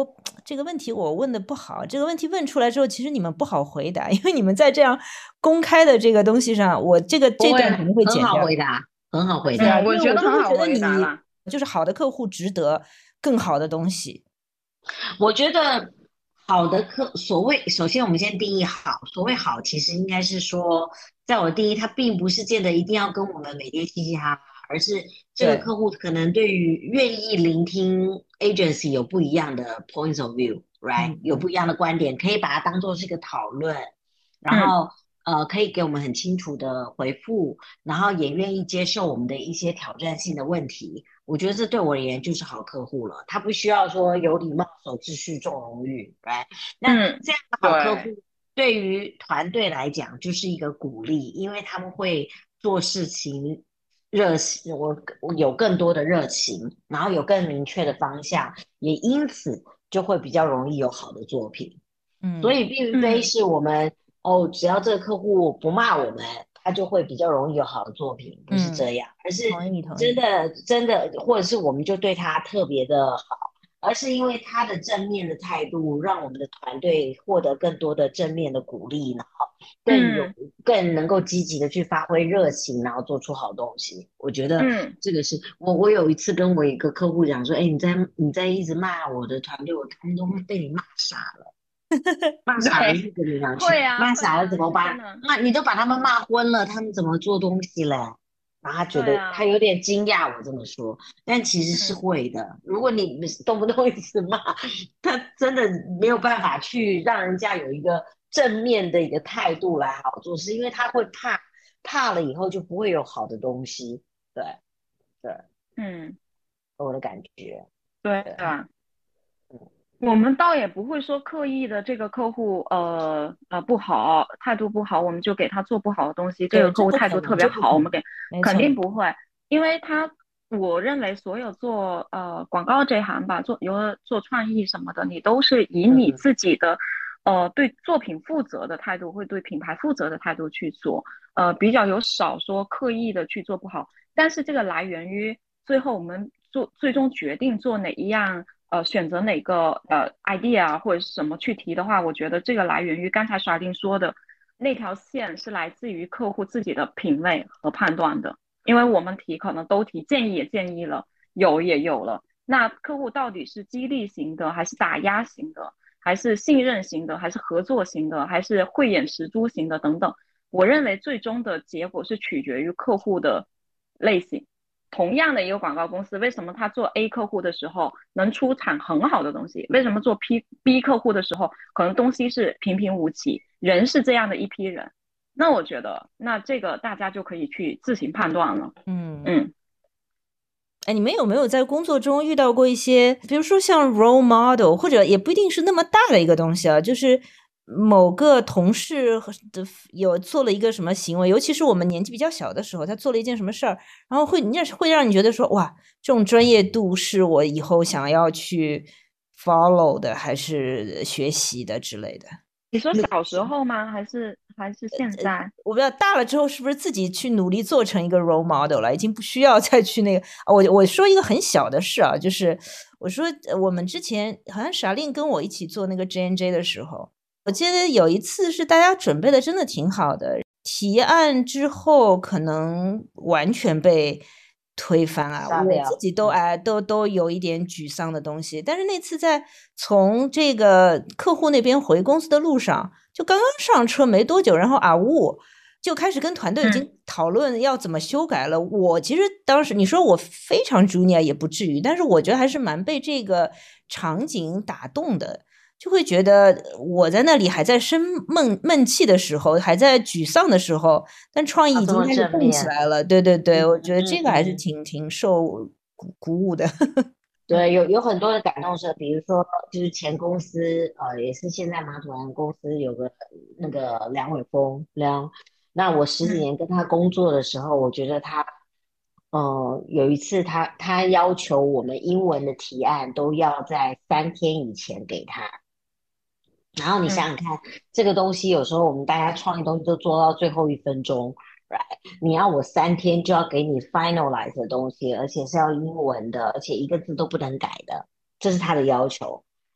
这个问题我问的不好，这个问题问出来之后，其实你们不好回答，因为你们在这样公开的这个东西上，我这个这段肯定会很剪掉。 好回答，很好回对啊， 答。 嗯，我因为我就觉得很好会觉得你回答啦。 就是好的客户值得更好的东西。 我觉得好的客，所谓首先我们先定义好，所谓好，其实应该是说，在我定义，它并不是见得一定要跟我们每天嘻嘻哈哈，而是这个对， 客户可能对于愿意聆听 agency 有不一样的 points of view，right， 嗯有不一样的观点，可以把它当做是一个讨论，然嗯后呃，可以给我们很清楚的回复，然后也愿意接受我们的一些挑战性的问题。我觉得这对我而言就是好客户了，他不需要说有礼貌、守秩序、重荣誉，来，那嗯， 这样的好客对， 户对于团队来讲就是一个鼓励，因为他们会做事情热情，我我有更多的热情，然后有更明确的方向，也因此就会比较容易有好的作品。所嗯以并非嗯是我们哦，只要这个客户不骂我们，他就会比较容易有好的作品，不是嗯， 这样，而是同意同意。 真的真的，或者是我们就对他特别的好，而是因为他的正面的态度，让我们的团队获得更多的正面的鼓励，然后更有嗯更能够积极的去发挥热情，然后做出好东西。我觉得嗯， 这个是我我有一次跟我一个客户讲说，哎，你在你在一直骂我的团队，我他们都会被你骂傻了。骂傻了对， 是怎么样去？ 会啊骂傻了会啊， 怎么办？ 是真的， 那你都把他们骂昏了，他们怎么做东西嘞？然后他觉得他对啊， 有点惊讶，我这么说，但其实是嗯会的。如果你动不动一直骂，他真的没有办法去让人家有一个正面的一个态度来好做事，因为他会怕，怕了以后就不会有好的东西。对对， 嗯， 我的感觉。 对对， 啊。 嗯我们倒也不会说刻意的这个客户呃呃不好，态度不好，我们就给他做不好的东西。这个对， 客户态度这不可能， 特别好，我这不可能， 们给肯没错。 定不会，因为他我认为所有做呃广告这行吧，做有做创意什么的，你都是以你嗯自己的呃对作品负责的态度，会对品牌负责的态度去做，呃比较有少说刻意的去做不好。但是这个来源于最后我们做最终决定做哪一样。呃，选择哪个呃 idea 或者是什么去提的话，我觉得这个来源于刚才耍丁说的那条线是来自于客户自己的品味和判断的，因为我们提可能都提，建议也建议了，有也有了，那客户到底是激励型的，还是打压型的，还是信任型的，还是合作型的，还是慧眼识珠型的等等，我认为最终的结果是取决于客户的类型。同样的一个广告公司，为什么他做 A 客户的时候能出产很好的东西？为什么做 P B 客户的时候，可能东西是平平无奇？人是这样的一批人，那我觉得，那这个大家就可以去自行判断了。 嗯。 嗯哎，你们有没有在工作中遇到过一些，比如说像 role model，或者也不一定是那么大的一个东西啊，就是某个同事和的有做了一个什么行为，尤其是我们年纪比较小的时候，他做了一件什么事儿，然后会，那是会让你觉得说，哇，这种专业度是我以后想要去 follow 的，还是学习的之类的。 你说小时候吗？还是还是现在？ 我不知道大了之后是不是自己去努力做成一个 role model 了，已经不需要再去那个。啊我我说一个很小的事啊，就是我说呃我们之前好像傻令跟我一起做那个 J N J 的时候，我记得有一次是大家准备的真的挺好的，提案之后可能完全被推翻啊，我杀掉自己都哎都都有一点沮丧的东西。但是那次在从这个客户那边回公司的路上，就刚刚上车没多久，然后啊呜就开始跟团队已经嗯讨论要怎么修改了。我其实当时你说我非常 junior 也不至于，但是我觉得还是蛮被这个场景打动的。就会觉得我在那里还在生闷闷气的时候，还在沮丧的时候，但创意已要这么经开始动起正面， 来了。对对对，我嗯觉得这个还是嗯嗯。 挺挺受鼓鼓舞的。 对，有有很多的感动是，比如说，就是前公司，呃，也是现在马祖兰公司有个那个梁伟峰梁，那我十几嗯年跟他工作的时候，我觉得他，呃，有一次他他要求我们英文的提案都要在三天以前给他，然后你想嗯想看，这个东西有时候我们大家创意东西都做到最后一分钟，right？你要我三天就要给你 finalize 的东西，而且是要英文的，而且一个字都不能改的，这是他的要求。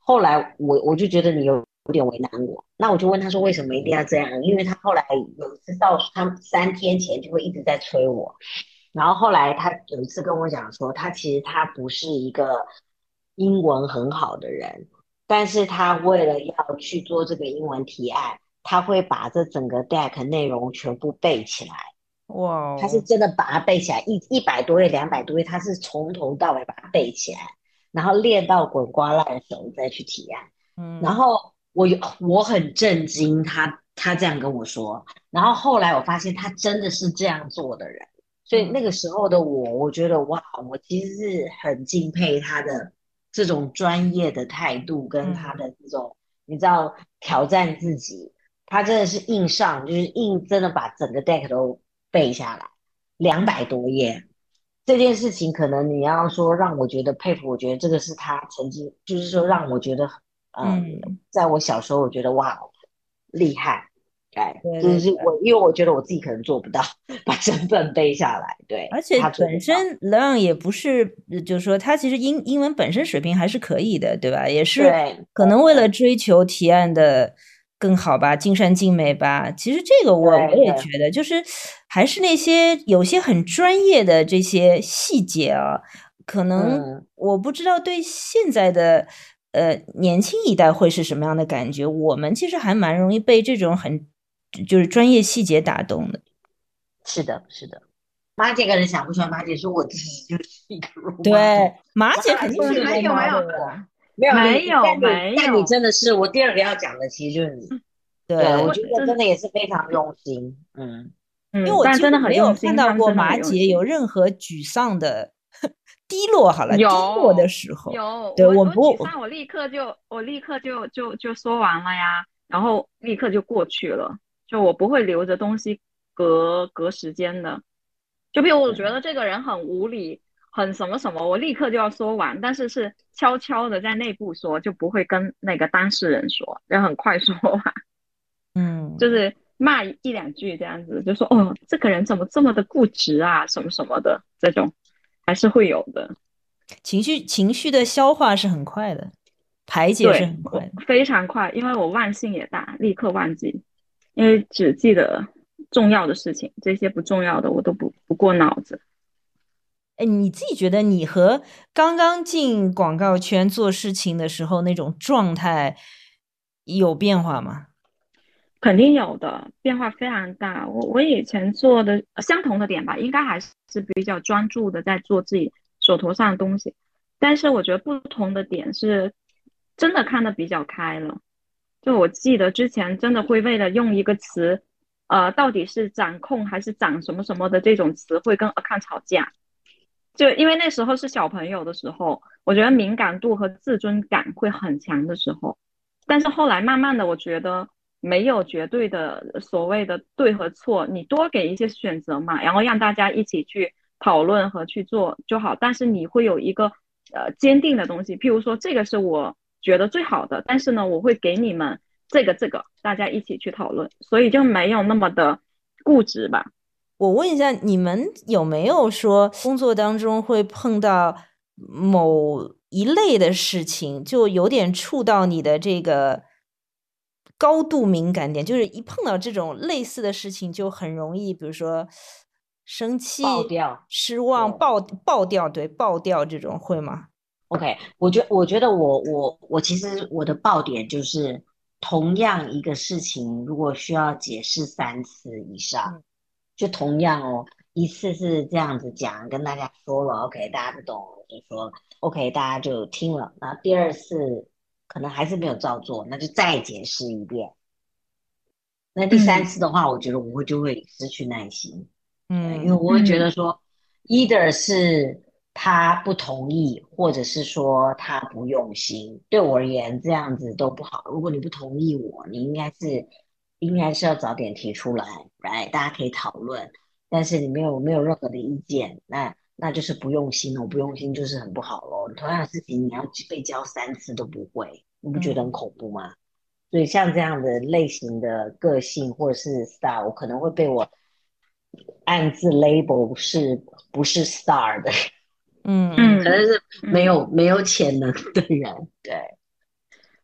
后来我我就觉得你有有点为难我，那我就问他说为什么一定要这样？因为他后来有一次到他三天前就会一直在催我，然后后来他有一次跟我讲说，他其实他不是一个英文很好的人，但是他为了要去做这个英文提案，他会把这整个 deck 内容全部背起来。 哇他是哦， 真的把它背起来，一一百多页、两百多页，他是从头到尾把它背起来，然后练到滚瓜烂熟再去提案。然嗯后我有我很震惊他，他这样跟我说，然后后来我发现他真的是这样做的人，所以那嗯个时候的我，我觉得哇，我其实是很敬佩他的这种专业的态度跟他嗯的这种你知道挑战自己，他真的是硬上，就是硬真的把整个 deck 都背下来，两百多页。这件事情可能你要说让我觉得佩服，我觉得这个是他曾经，就是说让我觉得嗯， 嗯， 在我小时候，我觉得哇，厉害，哎， 对对对。 就是我，因为我觉得我自己可能做不到，把整本背下来，对， 而且他做得到， 本身 Leon 也不是，呃就是说他其实英英文本身水平还是可以的，对吧？也是对， 可能为了追求提案的更好吧，尽善尽美吧。其实这个我我对对， 也觉得，就是还是那些有些很专业的这些细节啊，可能嗯， 我不知道对现在的呃年轻一代会是什么样的感觉。我们其实还蛮容易被这种很就是专业细节打动的。 是的，是的。妈姐可能想不出来，妈姐说我自己就是一个 role 对， model， 马姐肯定是我当然是没 role 有没有 model 啊。 没有你， 没有但你但你没有， 真的是我第二个要讲的，其实就是你，对我对， 我觉得真真的也是非常用心，嗯。 嗯， 因为我但真的很几乎没有用心， 看到过他们真的很马姐有用心。 任何沮丧的低落，好了，低落的有时候， 有， 对， 我我不， 我沮丧，我立刻就我立刻就就就说完了呀，然后立刻就过去了，就我不会留着东西隔隔时间的。就比如我觉得这个人很无理，很什么什么，我立刻就要说完，但是是悄悄的在内部说，就不会跟那个当事人说，要很快说完，就嗯， 是骂一两句这样子，就说哦，这个人怎么这么的固执啊，什么什么的，这种还是会有的。 情绪情绪的消化是很快的，排解是对，我很快的。 非常快，因为我忘性也大，立刻忘记，因为只记得重要的事情，这些不重要的我都不不过脑子。 哎，你自己觉得你和刚刚进广告圈做事情的时候那种状态有变化吗？ 肯定有的，变化非常大。我我以前做的呃相同的点吧，应该还是比较专注的在做自己手头上的东西，但是我觉得不同的点是，真的看得比较开了。就我记得之前真的会为了用一个词，呃，到底是掌控还是掌什么什么的这种词汇跟 account 吵架，就因为那时候是小朋友的时候，我觉得敏感度和自尊感会很强的时候，但是后来慢慢的，我觉得没有绝对的所谓的对和错，你多给一些选择嘛，然后让大家一起去讨论和去做就好。但是你会有一个呃坚定的东西，譬如说这个是我觉得最好的，但是呢，我会给你们这个这个，大家一起去讨论，所以就没有那么的固执吧。 我问一下，你们有没有说工作当中会碰到某一类的事情，就有点触到你的这个高度敏感点，就是一碰到这种类似的事情，就很容易，比如说生气、 爆掉。 失望、 对爆爆掉，对，爆掉这种会吗？ ，OK，我觉我觉得我我我其实我的爆点就是，同样一个事情，如果需要解释三次以上， 嗯就同样哦，一次是这样子讲，跟大家说了，OK，大家都懂了，就说 OK，大家就听了，然后第二次可能还是没有照做，那就再解释一遍。那第三嗯次的话，我觉得我会就会失去耐心。对，因为嗯我会觉嗯得说，either 是他不同意，或者是说他不用心。对我而言，这样子都不好。如果你不同意我，你应该是应该是要早点提出来，right？大家可以讨论。但是你没有没有任何的意见，那那就是不用心哦，不用心就是很不好咯。同样的事情，你要被教三次都不会，你不觉得很嗯。 恐怖吗？所以像这样的类型的个性或者是 style，我可能会被我暗自 label 是不是 star 的， 嗯嗯， 可能嗯是没嗯。 有没有潜能的人。对，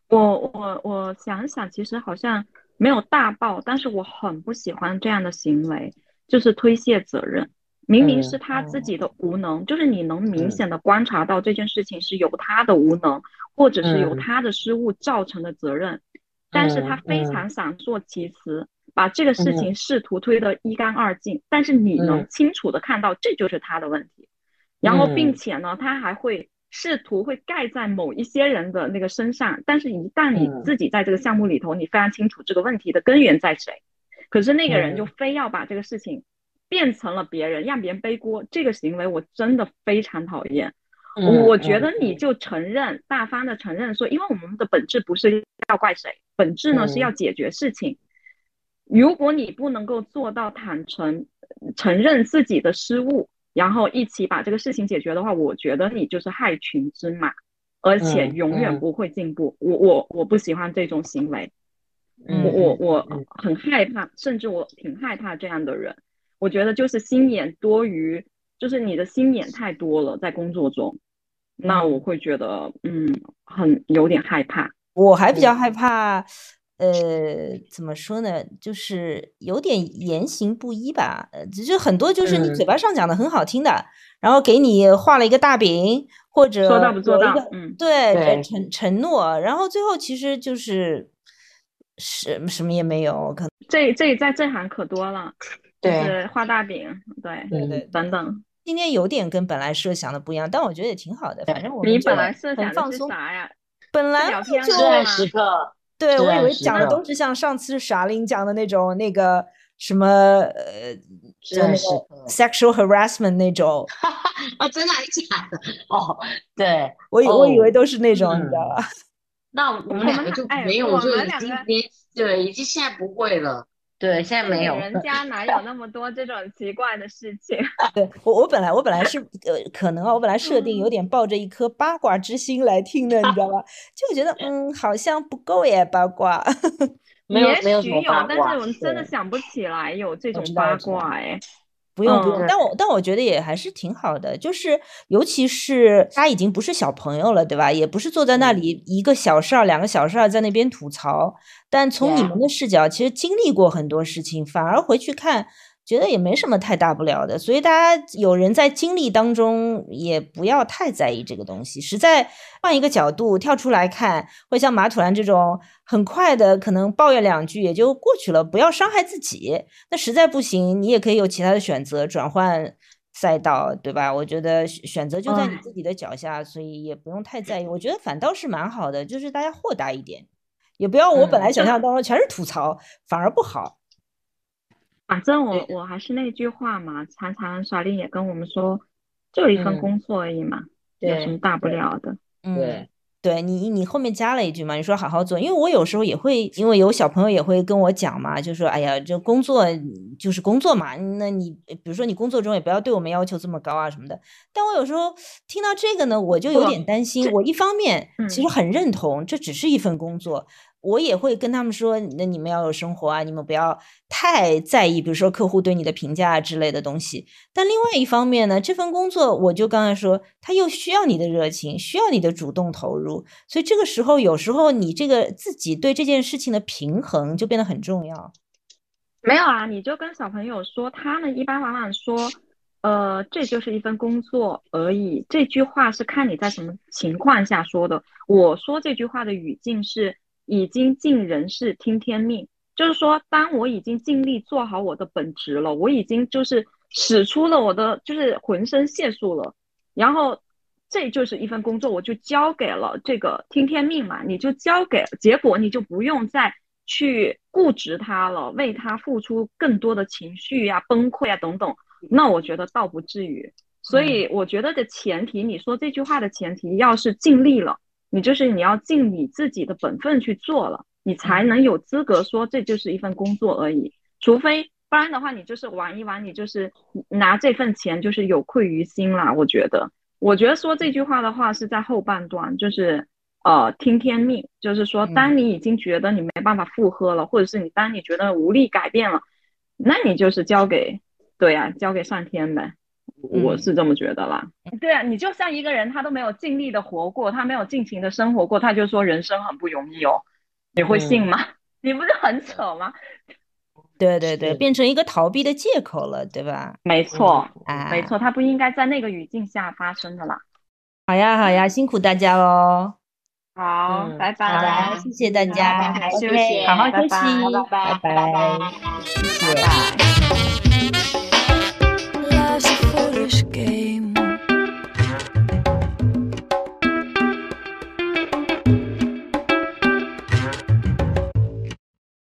我我我想想，其实好像没有大爆，但是我很不喜欢这样的行为，就是推卸责任。明明是嗯他自己的无能，就是你能明嗯显的观察到这件事情是由他的无能，或者是由嗯他的失误造成的责任，但是他非嗯嗯常想做其词，把这个事情嗯试图推得一干二净，但是你能嗯清楚的看到这就是他的问题。然后并嗯且呢，他还会试图会盖在某一些人的那个身上，但是一旦你嗯自己在这个项目里头，你非常清楚这个问题的根源在谁，可是那个人就嗯非要把这个事情变成了别人，让别人背锅，这个行为我真的非常讨厌。 嗯我觉得你嗯就承认，大方的承认说，因为我们的本质不是要怪谁，本质呢是要嗯解决事情。如果你不能够做到坦诚承认自己的失误，然后一起把这个事情解决的话，我觉得你就是害群之马，而且嗯嗯永远不会进步。我我我不喜欢这种行为，我我嗯嗯我嗯很害怕，甚至我挺害怕这样的人。我觉得就是心眼多于，就是你的心眼太多了，在工作中，那我嗯， 会觉得嗯很有点害怕。 我还比较害嗯怕，呃，怎么说呢，就是有点言行不一吧。呃，就很多就是你嘴嗯巴上讲的很好听的，然后给你画了一个大饼，或说者到不做到， 有一个嗯。 对呃对， 承承诺，然后最后其实就是什什么也没有，可能这这在这行可多了，就对， 是画大饼，对， 对对嗯对。 等等。 今天有点跟本来设想的不一样，但我觉得也挺好的，反正我们就你本来设想的是很放松。 啥呀？ 本来嘛是聊天至暗了是吗？ 时刻， 对，我以至暗为讲的都时刻， 是像上次傻琳讲的那种那个什么呃， 至暗就那个时刻。 sexual harassment 那种， 啊，真的还是假的？哦，对， 我以我以为哦， 都是那种，你知道嗯， 吧？ 那我们我们两个就哪哎， 没有， 我就已们两个经连对，已经现在不会了。对，现在在女没有。 人家哪有那么多这种奇怪的事情？ 对，我我本来我本来是呃，可能啊，我本来设定有嗯， 点抱着一颗八卦之心来听的，你知道吧？就觉得嗯，好像不够耶，八卦。 没有也没有什么许有，但是八卦。 我们真的对， 想不起来有这我知道，我种八知道。 卦哎。 不用不用， 嗯， 但我但我觉得也还是挺好的，就是尤其是他已经不是小朋友了，对吧？也不是坐在那嗯里一个小事儿、两个小事儿在那边吐槽，但从你们 ，Yeah， 的视角，其实经历过很多事情，反而回去看，觉得也没什么太大不了的。所以大家有人在经历当中，也不要太在意这个东西。实在换一个角度跳出来看，会像马土兰这种很快的，可能抱怨两句也就过去了，不要伤害自己。那实在不行，你也可以有其他的选择，转换赛道，对吧？我觉得选选择就在你哎， 自己的脚下，所以也不用太在意。我觉得反倒是蛮好的，就是大家豁达一点，也不要我本来嗯， 想象当中全是吐槽，反而不好。 反正我对， 我还是那句话嘛，常常耍令也跟我们说，就一份嗯， 工作而已嘛，有什对么大不对了的？ 嗯， 对， 对你，你后面加了一句嘛，你说好好做，因为我有时候也会，因为有小朋友也会跟我讲嘛，就说，哎呀，这工作就是工作嘛，那你比如说你工作中也不要对我们要求这么高啊什么的。但我有时候听到这个呢，我就有不， 点担心。 这我一方面其实嗯。 很认同，这只是一份工作，我也会跟他们说，那你们要有生活啊，你们不要太在意，比如说客户对你的评价啊之类的东西。但另外一方面呢，这份工作我就刚才说，它又需要你的热情，需要你的主动投入，所以这个时候有时候你这个自己对这件事情的平衡就变得很重要。 没有啊，你就跟小朋友说，他们一般往往说，呃，这就是一份工作而已。这句话是看你在什么情况下说的。我说这句话的语境是已经尽人事听天命，就是说，当我已经尽力做好我的本职了，我已经就是使出了我的就是浑身解数了，然后这就是一份工作，我就交给了这个听天命嘛，你就交给结果，你就不用再去固执他了，为他付出更多的情绪呀、崩溃啊等等。那我觉得倒不至于。所嗯以我觉得的前提，你说这句话的前提，要是尽力了，你就是你要尽你自己的本分去做了，你才嗯能有资格说这就是一份工作而已。除非不然的话，你就是玩一玩，你就是拿这份钱就是有愧于心啦。我觉得，我觉得说这句话的话是在后半段，就是呃听天命，就是说嗯。 当你已经觉得你没办法负荷了，或者是你当你觉得无力改变了，那你就是交给对呀、啊交给上天呗。 我是这么觉得啦。对啊，你就像一个人他都没有尽力的活过，他没有尽情的生活过，他就说人生很不容易哦，你会信吗？嗯、你不是很扯吗？ 对对对，变成一个逃避的借口了，对吧？ 没错， 啊， 没错，它不应该在那个语境下发生的啦。 好呀好呀，辛苦大家喽。 好， 嗯拜拜。 好的，谢谢大家。 拜拜， OK， 谢谢， 好好休息， 拜拜， 拜拜拜， 谢谢。 拜拜。